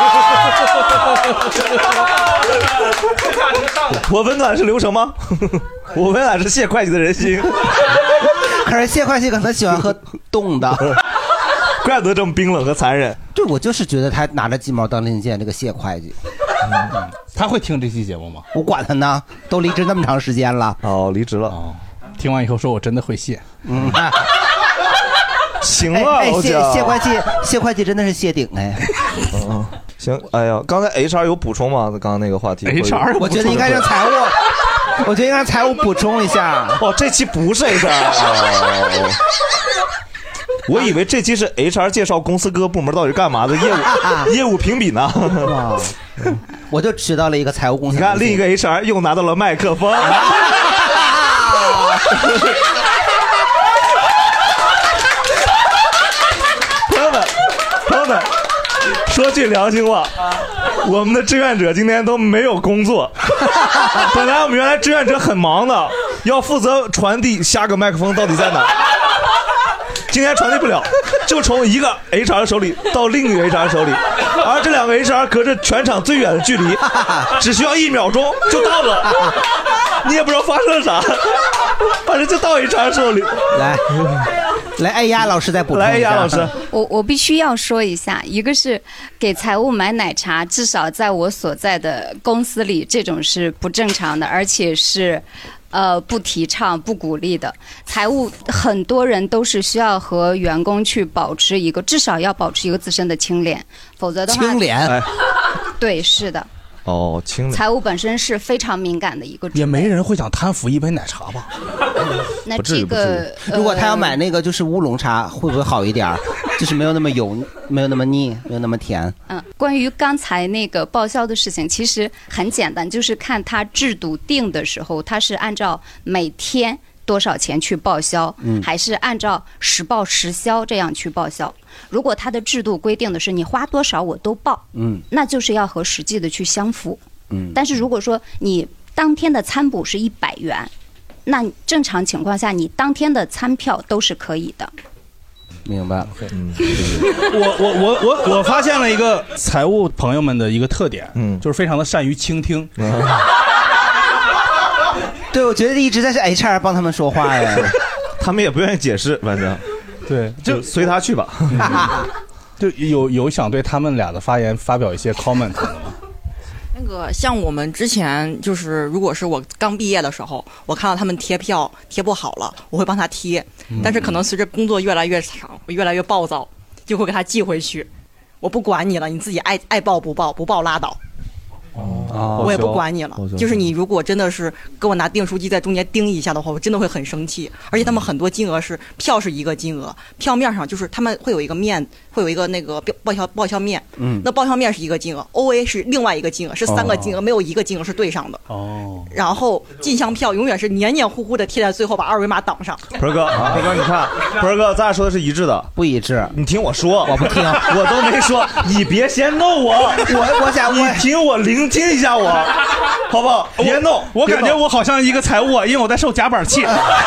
我温暖是流程吗？我温暖是谢会计的人心。 可是谢会计可能喜欢喝冻的， 怪不得这么冰冷和残忍。 对，我就是觉得他拿着鸡毛当令箭，这个谢会计。 他会听这期节目吗？ 我管他呢，都离职那么长时间了。 离职了。 听完以后说我真的会谢。 行了， 谢会计真的是谢顶哎。 行，哎呀，刚才 HR 有补充吗？刚刚那个话题 HR 我觉得应该让财务，我觉得应该让财务补充一下。 这期不是 HR。我以为这期是 HR 介绍公司各个部门到底是干嘛的业务评比呢。 我就知道了一个财务公司。 你看另一个 HR 又拿到了麦克风。朋友们，说句良心话，我们的志愿者今天都没有工作。本来我们原来志愿者很忙的，要负责传递下个麦克风到底在哪。今天传递不了，就从一个 HR 手里到另一个 HR 手里，而这两个 HR 隔着全场最远的距离，只需要1秒钟就到了。你也不知道发生了啥，反正就到 HR 手里。 来，艾丫老师再补充一下。来，艾丫老师， 我必须要说一下，一个是给财务买奶茶，至少在我所在的公司里，这种是不正常的，而且是。不提倡、不鼓励的。财务很多人都是需要和员工去保持一个，至少要保持一个自身的清廉，否则的话， 清廉， 对，是的。 清廉。 财务本身是非常敏感的一个， 也没人会想贪腐一杯奶茶吧？ 那这个， 如果他要买那个就是乌龙茶，会不会好一点？就是没有那么油，没有那么腻，没有那么甜。 关于刚才那个报销的事情，其实很简单，就是看他制度定的时候，他是按照每天多少钱去报销，还是按照实报实销这样去报销。如果他的制度规定的是你花多少我都报，那就是要和实际的去相符。但是如果说你当天的餐补是100元，那正常情况下你当天的餐票都是可以的。 明白。 我发现了一个财务朋友们的一个特点，就是非常的善于倾听。 对，我觉得一直在是 HR 帮他们说话呀， 他们也不愿意解释，反正对， 就随他去吧。 就有想对他们俩的发言发表一些 comment 的吗？ 那个像我们之前就是，如果是我刚毕业的时候，我看到他们贴票贴不好了，我会帮他贴。但是可能随着工作越来越长，我越来越暴躁，就会给他寄回去。我不管你了，你自己爱报不报，不报拉倒。 我也不管你了。就是你如果真的是给我拿订书机在中间钉一下的话，我真的会很生气。而且他们很多金额是票是一个金额，票面上就是他们会有一个面，会有一个那个报销面，那报销面是一个金额 ，OA 是另外一个金额，是3个金额，没有一个金额是对上的。然后进香票永远是黏黏糊糊的贴在最后，把二维码挡上。 盆哥，你看，盆哥，咱俩说的是一致的， 不一致。 你听我说， 我不听， 我都没说，你别先弄我， 我想你听我聆听一下我，好不好？别弄， 我感觉我好像一个财务，因为我在受夹板气。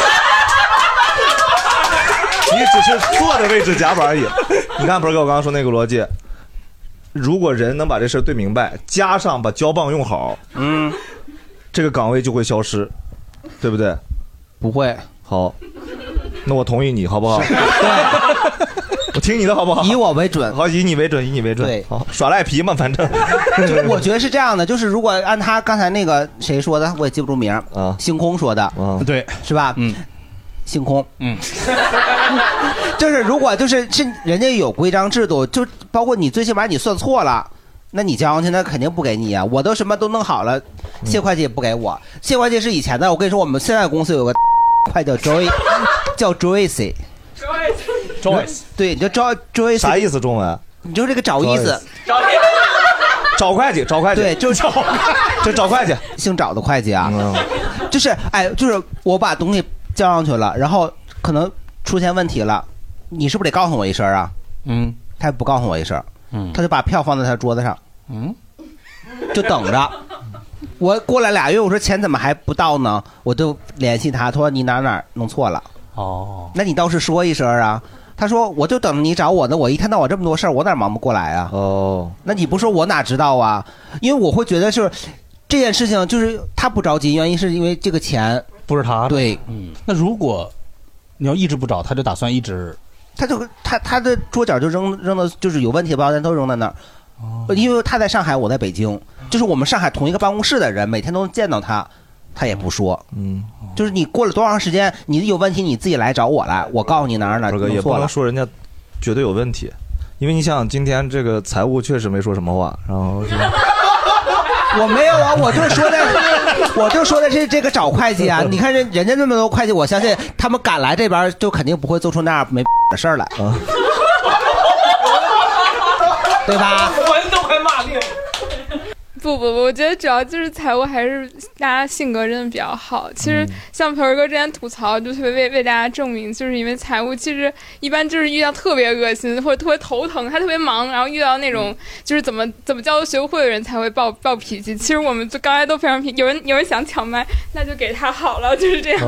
你只是坐的位置夹板而已。你看，盆哥，我刚刚说那个逻辑，如果人能把这事对明白，加上把胶棒用好，这个岗位就会消失，对不对？ 不会。 好，那我同意你，好不好？对，我听你的好不好？ 以我为准。 好，以你为准，以你为准。 对， 好，耍赖皮嘛，反正。 就我觉得是这样的，就是如果按他刚才那个谁说的，我也记不住名啊，星空说的， 对， 是吧？星空，就是如果是人家有规章制度，就包括你最起码你算错了，那你交上去那肯定不给你啊！我都什么都弄好了，谢会计也不给我。谢会计是以前的，我跟你说，我们现在公司有个会计叫 Joyce， 对，你就Joyce， 啥意思？中文？ 你就这个找意思。 找会计， 对，就找会计， 姓找的会计啊，就是就是我把东西交上去了，然后可能出现问题了，你是不是得告诉我一声啊？他也不告诉我一声，他就把票放在他桌子上，就等着。我过来2月，我说钱怎么还不到呢？我就联系他，他说你哪弄错了。那你倒是说一声啊。他说我就等着你找我呢，我一天到晚这么多事儿，我哪忙不过来啊？那你不说我哪知道啊？因为我会觉得是这件事情，就是他不着急，原因是因为这个钱不是他的。 对， 那如果你要一直不找，他就打算一直， 他的桌角就扔的，就是有问题的包单都扔在那儿。因为他在上海，我在北京，就是我们上海同一个办公室的人，每天都见到他，他也不说。就是你过了多长时间，你有问题你自己来找我来，我告诉你哪弄错了。 也不能说人家绝对有问题，因为你想今天这个财务确实没说什么话，然后我没有啊，我就说的是这个找会计啊。你看人家那么多会计，我相信他们赶来这边就肯定不会做出那样没的事儿来，对吧？ 我都快骂病。不，我觉得主要就是财务还是大家性格真的比较好。其实像盆儿哥之前吐槽，就特别为大家证明，就是因为财务其实一般就是遇到特别恶心或者特别头疼，他特别忙，然后遇到那种就是怎么教都学不会的人才会暴脾气。其实我们就刚才都非常有人想抢麦，那就给他好了，就是这样。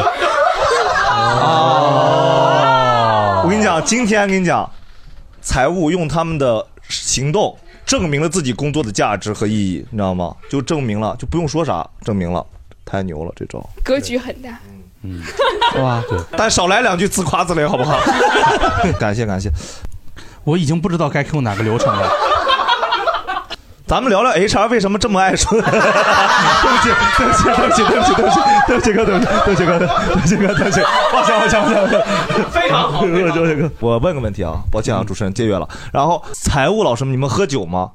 我跟你讲，今天跟你讲，财务用他们的行动证明了自己工作的价值和意义，你知道吗？就证明了，就不用说啥，证明了，太牛了，这招格局很大。 哇，对，但少来2句自夸自擂好不好？感谢， 我已经不知道该 Q 哪个流程了。 咱们聊聊 HR 为什么这么爱说？对不起，哥，抱歉，非常好。我问个问题啊，抱歉啊，主持人节约了。然后财务老师们，你们喝酒吗？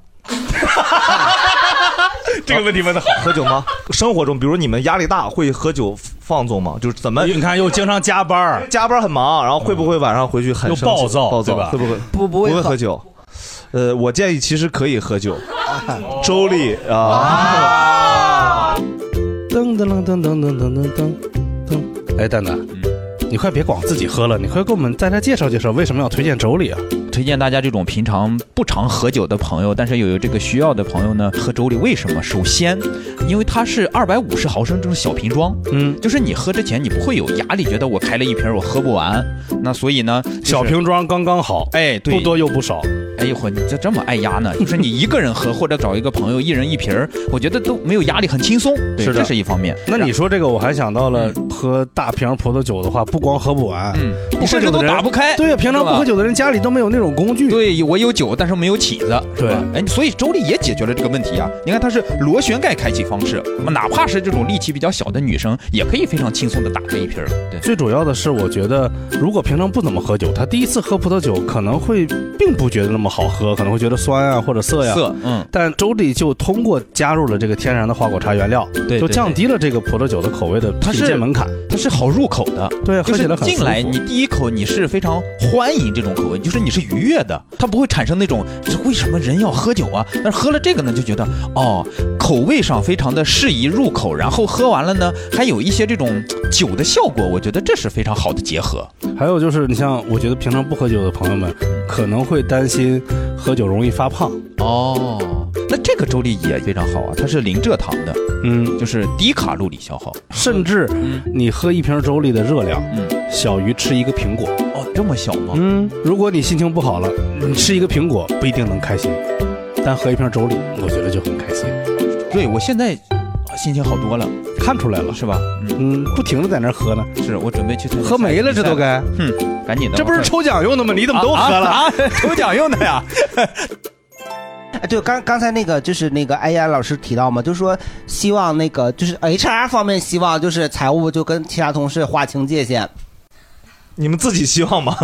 这个问题问得好，喝酒吗？生活中，比如你们压力大，会喝酒放纵吗？就是怎么？ 你看又经常加班很忙，然后会不会晚上回去很暴躁， 对吧？会不会？ 不会喝酒。我建议其实可以喝酒。周丽啊！ 噔，哎，蛋蛋，你快别光自己喝了，你快给我们大家介绍介绍为什么要推荐周丽啊？ 推荐大家这种平常不常喝酒的朋友，但是有这个需要的朋友呢，喝周丽。为什么？首先，因为它是250毫升这种小瓶装，就是你喝之前你不会有压力，觉得我开了一瓶我喝不完。那所以呢， 小瓶装刚刚好， 哎，对， 不多又不少。 哎呦呵，你这么爱压呢？就是你一个人喝，或者找一个朋友，一人一瓶，我觉得都没有压力，很轻松。对，这是一方面。 那你说这个，我还想到了，喝大瓶葡萄酒的话，不光喝不完， 不喝酒都打不开。 对呀，平常不喝酒的人家里都没有那种种工具。 对，我有酒，但是没有起子。 对， 哎，所以周丽也解决了这个问题啊。你看，它是螺旋盖开启方式，哪怕是这种力气比较小的女生，也可以非常轻松的打开一瓶。对， 最主要的是，我觉得如果平常不怎么喝酒，他第一次喝葡萄酒可能会并不觉得那么好喝，可能会觉得酸啊或者涩呀。但周丽就通过加入了这个天然的花果茶原料， 对， 就降低了这个葡萄酒的口味的品鉴门槛。 它是好入口的， 对，喝起来很舒服。 进来你第一口你是非常欢迎这种口味，就是你是愉悦的，它不会产生那种为什么人要喝酒啊？但是喝了这个呢，就觉得口味上非常的适宜入口，然后喝完了呢，还有一些这种酒的效果，我觉得这是非常好的结合。 还有就是，你像我觉得平常不喝酒的朋友们，可能会担心喝酒容易发胖。 那这个周丽也非常好啊，它是零蔗糖的，就是低卡路里消耗， 甚至你喝一瓶周丽的热量，小于吃一个苹果。 这么小吗？ 如果你心情不好了，你吃一个苹果不一定能开心，但喝一瓶周丽，我觉得就很开心。 对，我现在心情好多了， 看出来了是吧？不停的在那喝呢。 是我准备去喝没了，这都该， 赶紧的。 这不是抽奖用的吗？你怎么都喝了？ 抽奖用的呀。 对，刚才那个就是那个艾雅老师提到嘛，就是说希望那个就是 HR 方面希望就是财务就跟其他同事划清界限。 你们自己希望吗？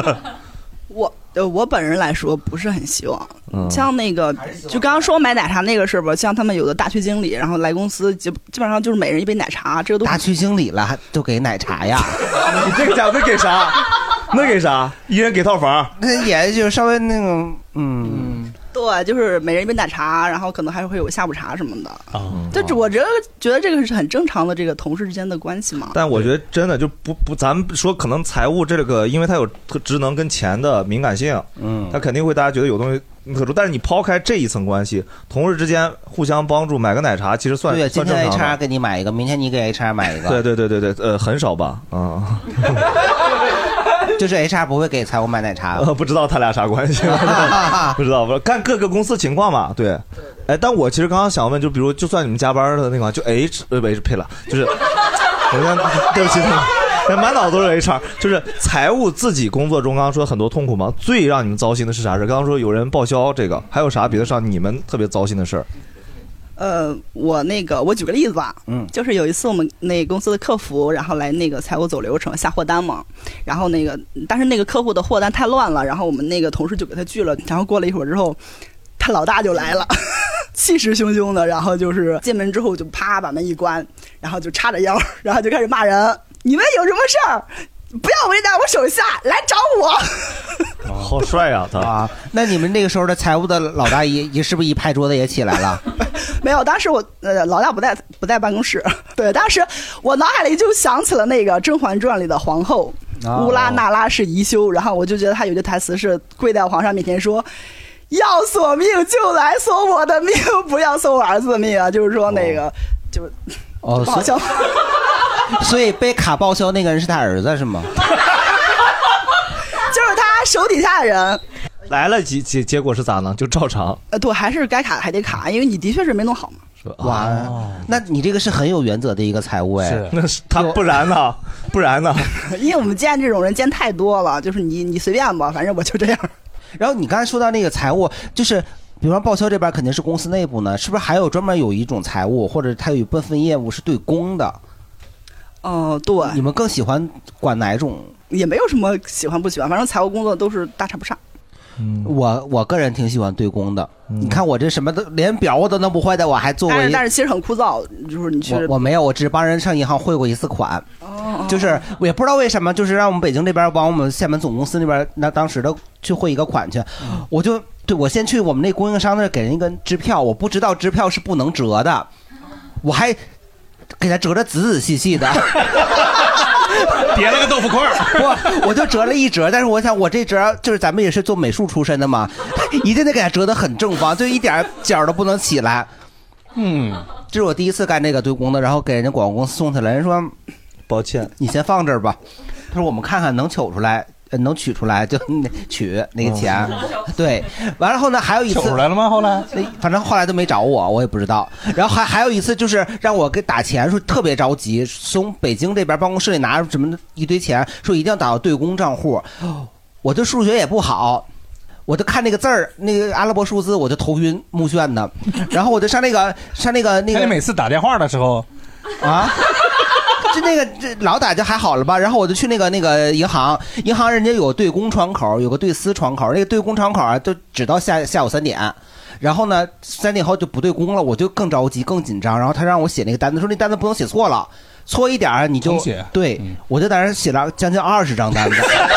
我本人来说不是很希望，像那个就刚刚说买奶茶那个事吧，像他们有的大区经理，然后来公司基本上就是每人一杯奶茶，这个都大区经理了还都给奶茶呀？ 你这个奖杯给啥？那给啥？一人给套房？ 那也就稍微那种对，就是每人一杯奶茶，然后可能还会有下午茶什么的。就我觉得这个是很正常的这个同事之间的关系嘛。 但我觉得真的就不，咱们说可能财务这个，因为它有职能跟钱的敏感性，它肯定会大家觉得有东西特殊。但是你抛开这一层关系，同事之间互相帮助，买个奶茶其实算对。 今天 HR 给你买一个，明天你给 HR 买一个。 对，很少吧？ 就是 HR 不会给财务买奶茶， 不知道他俩啥关系，不知道，看各个公司情况嘛。对，哎，但我其实刚刚想问，就比如，就算你们加班的那个，就 H 配了，就是我先对不起，满脑子都是 HR， 就是财务自己工作中，刚刚说很多痛苦嘛，最让你们糟心的是啥事？刚刚说有人报销这个，还有啥别的上你们特别糟心的事儿？ 我举个例子吧，就是有一次我们那公司的客服，然后来那个财务走流程下货单嘛，然后但是那个客户的货单太乱了，然后我们那个同事就给他拒了，然后过了一会儿之后，他老大就来了，气势汹汹的，然后就是进门之后就啪把门一关，然后就叉着腰，然后就开始骂人，你们有什么事儿？不要为难我手下，来找我。 好帅啊他啊！那你们那个时候的财务的老大也是不是一拍桌子也起来了？ 没有，当时我老大不在办公室。对，当时我脑海里就想起了那个《甄嬛传》里的皇后乌拉那拉氏宜修，然后我就觉得她有句台词是跪在皇上面前说：“要索命就来索我的命，不要索我儿子的命啊！”就是说那个就是不好笑。 所以被卡报销那个人是他儿子是吗？ 就是他手底下的人来了，结果是咋呢？就照常。 对，还是该卡还得卡，因为你的确是没弄好嘛。 哇，那你这个是很有原则的一个财务哎。 是，那是他不然呢？不然呢？ 因为我们见这种人见太多了，就是你随便吧，反正我就这样。 然后你刚才说到那个财务，就是比方报销这边肯定是公司内部呢，是不是还有专门有一种财务，或者他有一部分业务是对公的？ 对。 你们更喜欢管哪种？ 也没有什么喜欢不喜欢，反正财务工作都是大差不差。 我个人挺喜欢对公的。你看我这什么都连表我都弄不坏的，我还做过但是其实很枯燥，就是你去我没有，我只是帮人上银行汇过一次款。就是我也不知道为什么，就是让我们北京这边帮我们厦门总公司那边那当时的去汇一个款去，我先去我们那供应商那给人一个支票，我不知道支票是不能折的，我还给他折得仔仔细细的。 叠了个豆腐块儿， 我就折了一折，但是我想我这折就是咱们也是做美术出身的嘛，一定得给它折得很正方，就一点角都不能起来。这是我第一次干这个对公的，然后给人家广告公司送去了，人说抱歉， 你先放这儿吧。他说我们看看能取出来。能取出来就取那个钱，对，完了后呢，还有一次取出来了吗？后来， 反正后来都没找我也不知道。然后还有一次就是让我给打钱，说特别着急，从北京这边办公室里拿什么一堆钱，说一定要打到对公账户。我这数学也不好， 我就看那个字儿，那个阿拉伯数字，我就头晕目眩的。然后我就上那个。 你每次打电话的时候， 啊，就那个老打就还好了吧。然后我就去那个银行人家有对公窗口，有个对私窗口，那个对公窗口啊，就只到下午3点。然后呢，3点后就不对公了，我就更着急更紧张。然后他让我写那个单子，说那单子不能写错了，错一点你就写。 对，我就在那写了将近20张单子。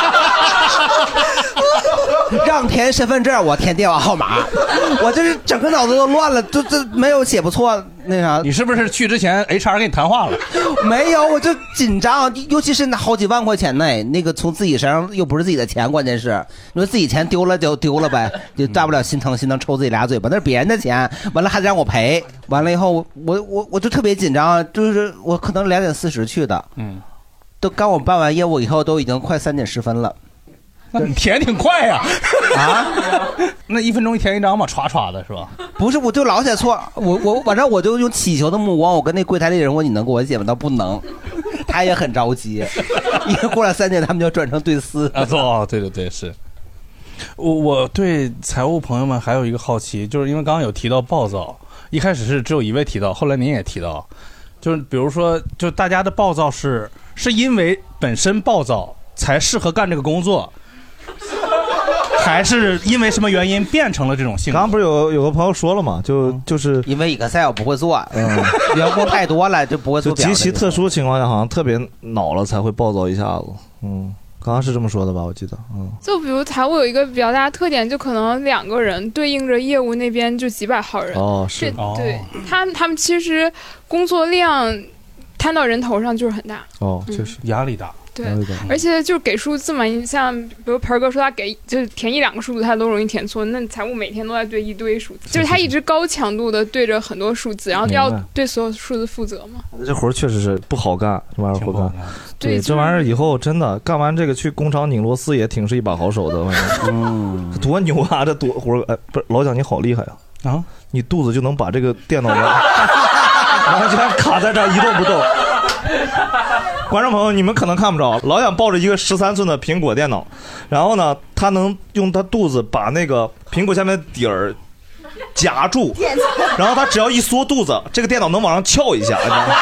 让填身份证，我填电话号码，我就是整个脑子都乱了，这没有写不错那啥。 你是不是去之前 HR 跟你谈话了？ 没有，我就紧张，尤其是那好几万块钱呢，那个从自己身上又不是自己的钱，关键是你说自己钱丢了就丢了呗，就大不了心疼抽自己俩嘴巴，那是别人的钱，完了还得让我赔，完了以后我就特别紧张，就是我可能2点40去的，都刚我办完业务以后都已经快3点10分了。 那你填挺快呀！啊，那1分钟填一张嘛，歘歘的是吧？ 不是，我就老写错，我反正我就用祈求的目光，我跟那柜台里人说你能给我写吗？他不能，他也很着急，因为过了3点他们就转成对私啊。哦，对对对，是。我对财务朋友们还有一个好奇，就是因为刚刚有提到暴躁，一开始是只有一位提到，后来您也提到，就是比如说，就大家的暴躁是因为本身暴躁才适合干这个工作。还是因为什么原因变成了这种性格？ 刚刚不是有个朋友说了嘛，就是因为 Excel 不会做，员工太多了就不会做。 就极其特殊情况下，好像特别恼了才会暴躁一下子。刚刚是这么说的吧？我记得。 就比如财务有一个比较大的特点，就可能2个人对应着业务那边就几百号人。 哦，是。 对，他们其实工作量摊到人头上就是很大。 哦，确实压力大。 对，而且就是给数字嘛，你像比如盆哥说他就是填1-2个数字他都容易填错，那财务每天都在对一堆数字，就是他一直高强度的对着很多数字，然后要对所有数字负责嘛。 这活确实是不好干，这玩意儿不干。对，这玩意儿以后真的干完这个去工厂拧螺丝也挺是一把好手的。多牛啊！这多活不是老蒋你好厉害啊！啊，你肚子就能把这个电脑完全卡在这儿一动不动。观众朋友，你们可能看不着，老蒋抱着一个13寸的苹果电脑，然后呢，他能用他肚子把那个苹果下面的底儿夹住，然后他只要一缩肚子，这个电脑能往上翘一下，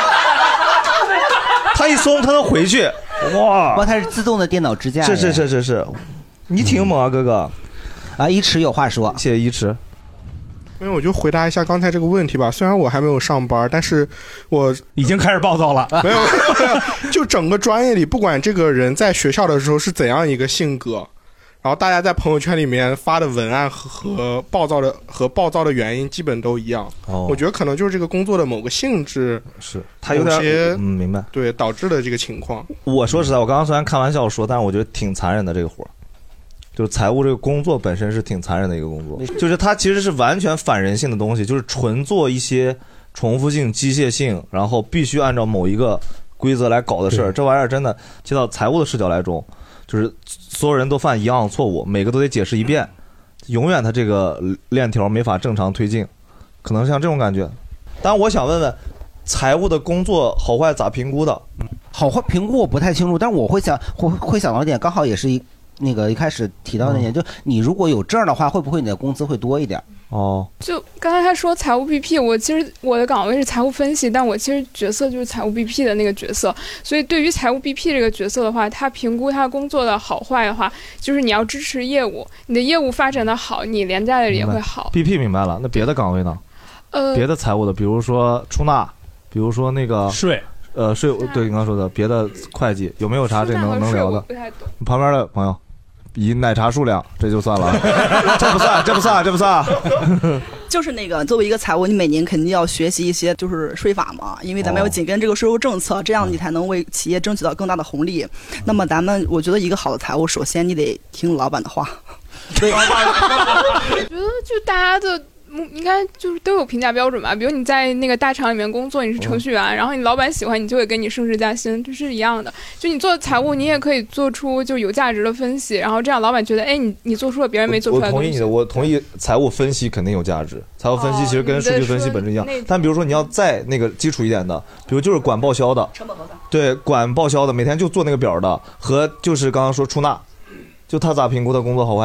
他一松，他能回去。哇！ 它是自动的电脑支架。 是，你挺猛啊，哥哥。 啊，一池有话说， 谢谢一池。 因为我就回答一下刚才这个问题吧。虽然我还没有上班，但是我已经开始暴躁了。 没有，就整个专业里，不管这个人在学校的时候是怎样一个性格，然后大家在朋友圈里面发的文案和暴躁的原因基本都一样。我觉得可能就是这个工作的某个性质是它有点明白， 对导致的这个情况。 我说实在，我刚刚虽然开玩笑说，但是我觉得挺残忍的这个活。就是财务这个工作本身是挺残忍的一个工作，就是它其实是完全反人性的东西，就是纯做一些重复性、机械性，然后必须按照某一个规则来搞的事儿。这玩意儿真的，接到财务的视角来中，就是所有人都犯一样的错误，每个都得解释一遍，永远它这个链条没法正常推进，可能像这种感觉。当然，我想问问，财务的工作好坏咋评估的？ 好坏评估我不太清楚，但是我会想到一点，刚好也是那个一开始提到那点，就你如果有证的话，会不会你的工资会多一点？ 哦， 就刚才他说财务 BP， 其实我的岗位是财务分析，但我其实角色就是财务 BP 的那个角色，所以对于财务 BP 这个角色的话，他评估他工作的好坏的话，就是你要支持业务，你的业务发展的好，你连带的也会好。 BP 明白了，那别的岗位呢？别的财务的，比如说出纳，比如说那个税。 税务，对你刚刚说的别的会计有没有啥这能聊的？旁边的朋友以奶茶数量这就算了，这不算。 就是那个作为一个财务，你每年肯定要学习一些就是税法嘛，因为咱们要紧跟这个税务政策，这样你才能为企业争取到更大的红利。那么我觉得一个好的财务，首先你得听老板的话。对， 我觉得就大家的。应该就是都有评价标准吧，比如你在那个大厂里面工作，你是程序员，然后你老板喜欢你，就会给你升职加薪，这是一样的。就你做财务，你也可以做出就有价值的分析，然后这样老板觉得，哎，你做出了别人没做出来的东西。 我同意你的，我同意财务分析肯定有价值，财务分析其实跟数据分析本质一样。但比如说你要再那个基础一点的，比如就是管报销的， 成本核算， 对，管报销的，每天就做那个表的，和就是刚刚说出纳，就他咋评估的工作好坏呢？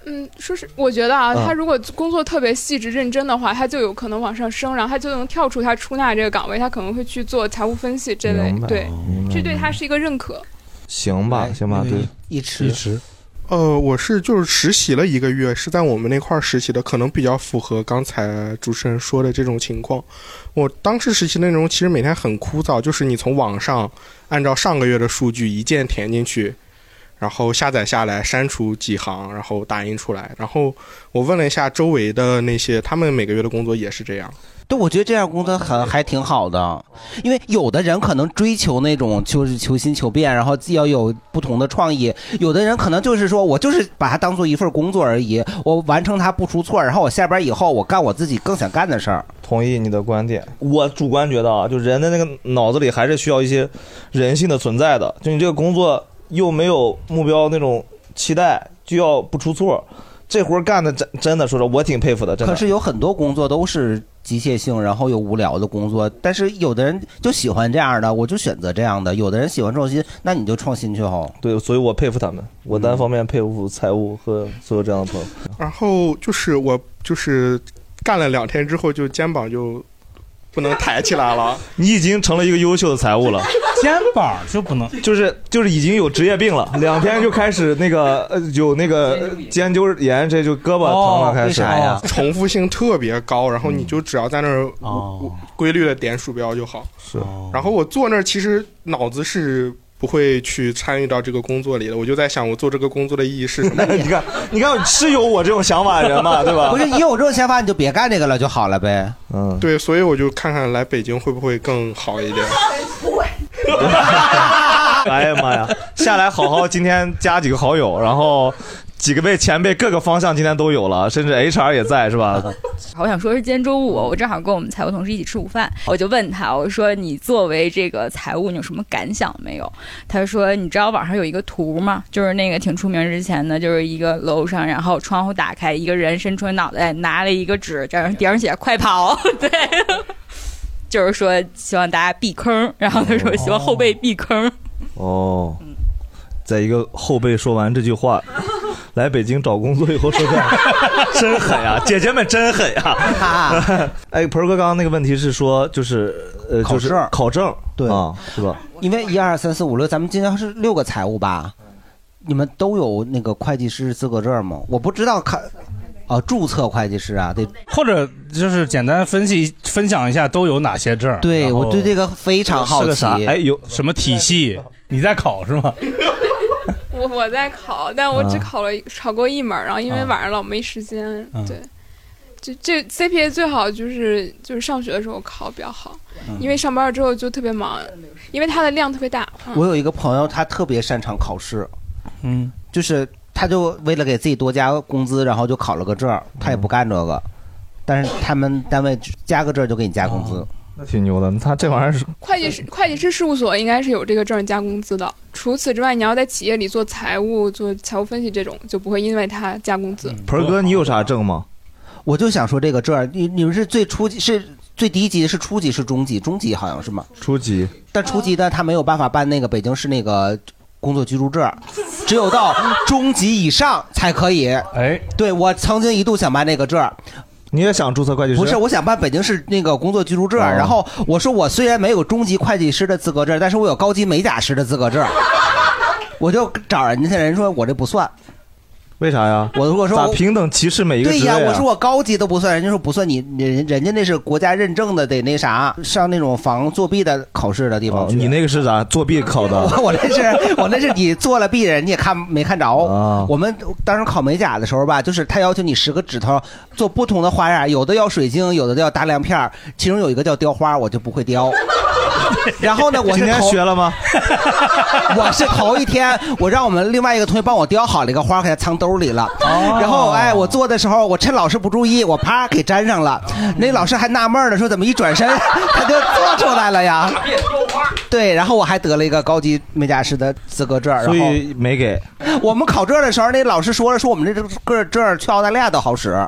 我觉得啊，他如果工作特别细致认真的话，他就有可能往上升，然后他就能跳出他出纳这个岗位，他可能会去做财务分析这类，对，这对他是一个认可。 行吧，对， 一池。 我就是实习了1个月，是在我们那块实习的，可能比较符合刚才主持人说的这种情况。我当时实习内容其实每天很枯燥，就是你从网上按照上个月的数据一键填进去，然后下载下来，删除几行，然后打印出来。然后我问了一下周围的那些，他们每个月的工作也是这样。 对，我觉得这样工作还挺好的，因为有的人可能追求那种就是求新求变，然后要有不同的创意；有的人可能就是说我就是把它当做一份工作而已，我完成它不出错，然后我下班以后我干我自己更想干的事儿。 同意你的观点，我主观觉得啊，就人的那个脑子里还是需要一些人性的存在的，就你这个工作又没有目标那种期待，就要不出错。这活干的真的说实话，我挺佩服的。真的。 可是有很多工作都是机械性，然后又无聊的工作，但是有的人就喜欢这样的，我就选择这样的；有的人喜欢创新，那你就创新去好。 对，所以我佩服他们，我单方面佩服财务和所有这样的朋友。 然后就是我干了2天之后，就肩膀就不能抬起来了。 你已经成了一个优秀的财务了。 肩膀就不能， 就是已经有职业病了，2天就开始有那个肩周炎，这就胳膊疼了，开始。为啥呀？ 重复性特别高，然后你就只要在那儿规律的点鼠标就好。 是。 然后我坐那儿，其实脑子是不会去参与到这个工作里的，我就在想，我做这个工作的意义是什么？ 你看，是有我这种想法的人嘛，对吧？ 不是，你有这种想法，你就别干这个了就好了呗。 对，所以我就看看来北京会不会更好一点。 不会。哎呀妈呀！下来好好今天加几个好友，然后几个前辈各个方向今天都有了，甚至 HR 也在，是吧？ 我想说是今天周五，我正好跟我们财务同事一起吃午饭，我就问他，我说你作为这个财务，你有什么感想没有？他说你知道网上有一个图吗？就是那个挺出名之前的，就是一个楼上，然后窗户打开，一个人伸出脑袋拿了一个纸，这样顶上写快跑，对。就是说希望大家避坑，然后他说希望后辈避坑。 在一个后辈说完这句话，来北京找工作以后说这样，真狠呀，姐姐们真狠呀。哎，盆儿哥刚刚那个问题是说就是考证， 对啊，是吧？ 因为1、2、3、4、5、6，咱们今天是6个财务吧？你们都有那个会计师资格证吗？我不知道注册会计师啊，得或者就是简单分享一下都有哪些证。 对，我对这个非常好奇。 是个啥？哎，有什么体系？你在考是吗？ 我在考，但我只考过1门，然后因为晚上老没时间。对，这 CPA 最好就是上学的时候考比较好，因为上班之后就特别忙，因为它的量特别大。 我有一个朋友，他特别擅长考试，就是他就为了给自己多加工资，然后就考了个证，他也不干这个，但是他们单位加个证就给你加工资。 那挺牛的，他这玩意儿是会计师事务所应该是有这个证加工资的。除此之外，你要在企业里做财务分析这种，就不会因为他加工资。 盆儿哥，你有啥证吗？ 我就想说这个证，你们是最初级是最低级是初级是中级？中级好像是吗？ 初级。 但初级的他没有办法办那个北京市那个工作居住证，只有到中级以上才可以。 哎， 对，我曾经一度想办那个证。 你也想注册会计师？ 不是，我想办北京市那个工作居住证，然后我说我虽然没有中级会计师的资格证，但是我有高级美甲师的资格证，我就找人家，人说我这不算。 为啥呀？ 我如果说咋平等歧视每一个职位啊？ 对呀，我说我高级都不算，人家说不算，人家那是国家认证的，得那啥，上那种防作弊的考试的地方去。 你那个是咋作弊考的？ 我那是你做了弊，人家也没看着。我们当时考美甲的时候吧，就是他要求你10个指头做不同的花样，有的要水晶，有的要大亮片，其中有一个叫雕花，我就不会雕。然后呢，我是今天学了吗？ 我是头一天，我让我们另外一个同学帮我雕好了一个花，给它藏兜里了。然后我做的时候，我趁老师不注意，我啪给粘上了。那老师还纳闷了，说怎么一转身他就做出来了呀？对，然后我还得了一个高级美甲师的资格证， 所以没给。 我们考证的时候，那老师说我们这个证去澳大利亚都好使。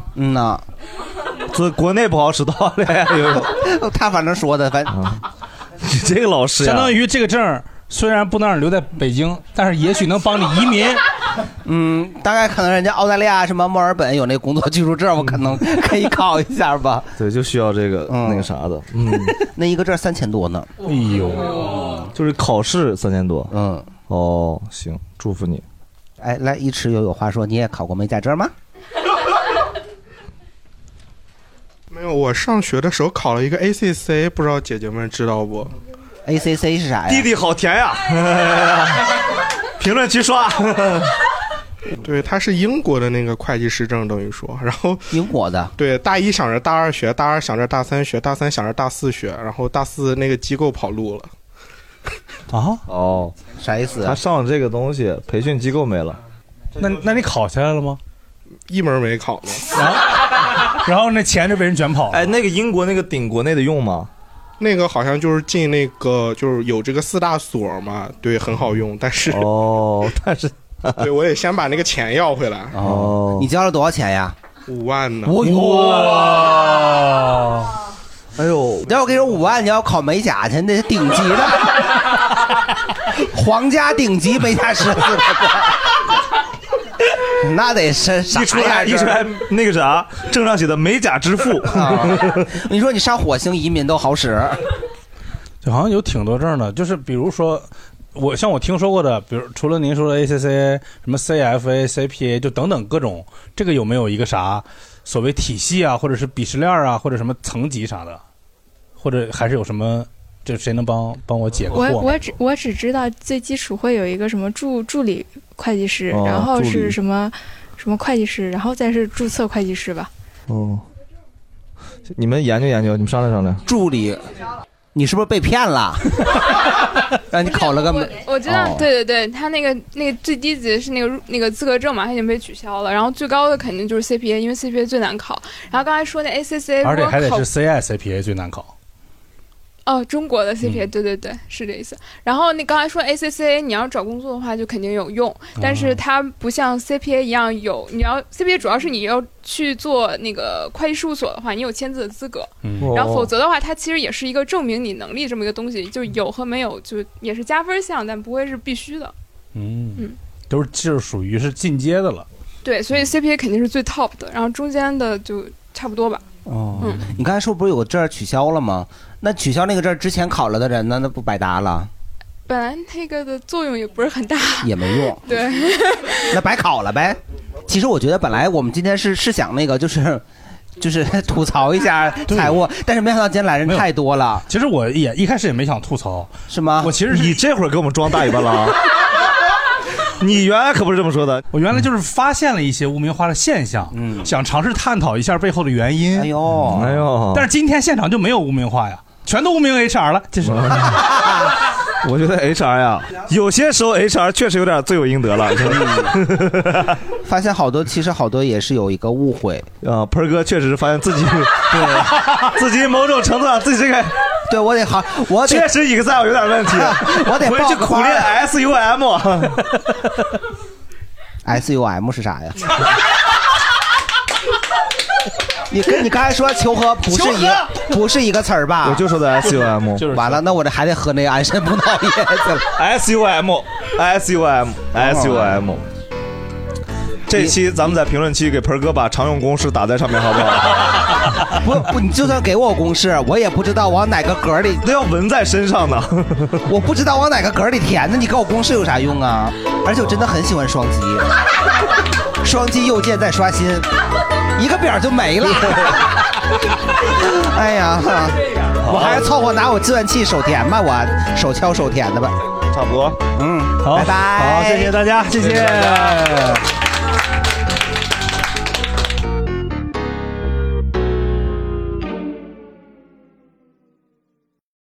所以国内不好使，到澳大利亚有。 他反正说的， 你这个老师相当于这个证虽然不能让你留在北京，但是也许能帮你移民。 大概可能人家澳大利亚什么墨尔本有那工作居住证，我可能可以考一下吧。 对，就需要这个那个啥的。 那一个证3000多呢。 哎呦， 就是考试3000多。哦，行，祝福你。 哎，来，一池有话说，你也考过美甲证吗？ 没有，我上学的时候考了一个 ACC， 不知道姐姐们知道不 ？ACC 是啥呀？ 弟弟好甜呀！评论区刷。 对，它是英国的那个会计师证，等于说，然后英国的。 对，大一想着大二学，大二想着大三学，大三想着大四学，然后大四那个机构跑路了。 啊？ 哦， 啥意思？ 他上了这个东西，培训机构没了。 那你考下来了吗？ 一门没考呢。 然后那钱就被人卷跑了。 哎，那个英国那个顶国内的用吗？ 那个好像就是进那个就是有这个4大所嘛，对，很好用，但是对我得先把那个钱要回来。 你交了多少钱呀 ？5万呢。 哇！哎呦，要我跟你说5万，你要考美甲去，那是顶级的，皇家顶级美甲师。那得是啥一出来那个啥，证上写的美甲之父。 你说你上火星移民都好使， 就好像有挺多证的，就是比如说我听说过的，比如除了您说的 ACCA 什么 CFA CPA 就等等各种，这个有没有一个啥所谓体系啊，或者是鄙视链啊，或者什么层级啥的，或者还是有什么？这谁能帮我解个惑？ 我只知道最基础会有一个什么助理会计师，然后是什么会计师，然后再是注册会计师吧。 哦，你们研究研究，你们商量商量。 助理，你是不是被骗了？让你考了个美？ 我知道，对对对，他那个最低级是那个资格证嘛，他已经被取消了，然后最高的肯定就是 CPA， 因为 CPA 最难考。然后刚才说那 ACCA， 而且还得是 CICPA 最难考。 哦，中国的 CPA，对对对，是这意思。然后你刚才说 ACCA， 你要找工作的话就肯定有用，但是它不像 CPA 一样有，你要 CPA 主要是你要去做那个会计事务所的话，你有签字的资格，然后否则的话，它其实也是一个证明你能力这么一个东西，就有和没有就也是加分项，但不会是必须的。 就是属于是进阶的了。 对，所以 CPA 肯定是最 top 的，然后中间的就差不多吧。 你刚才说不是有个证取消了吗？那取消那个证之前考了的人呢，那不白搭了？ 本来那个的作用也不是很大， 也没用。 对， 那白考了呗。其实我觉得本来我们今天是想那个就是吐槽一下财务，但是没想到今天来人太多了。 其实我也一开始也没想吐槽， 是吗？ 我其实你这会儿给我们装大尾巴了。你原来可不是这么说的， 我原来就是发现了一些污名化的现象，想尝试探讨一下背后的原因。 哎呦， 但是今天现场就没有污名化呀，全都污名 HR 了，这是。 我觉得 HR 呀，有些时候 HR 确实有点罪有应得了。 发现其实好多也是有一个误会啊。盆哥确实是发现自己对自己某种程度上自己这个。 对，我得确实Excel有点问题， 我得回去苦练 SUM。SUM 是啥呀？你刚才说求和不是一个词儿吧？ 我就说的 SUM， 就是完了，那我这还得喝那个安神葡萄叶去了。SUM。这期咱们在评论区给盆哥把常用公式打在上面，好不好？ 不，你就算给我公式，我也不知道往哪个格里， 都要纹在身上呢。 我不知道往哪个格里填呢，你给我公式有啥用啊？而且我真的很喜欢双击，双击右键再刷新，一个表就没了。哎呀，我还是凑合拿我计算器手填吧，我手敲手填的吧， 差不多。 好， 拜拜。 好，谢谢大家，谢谢。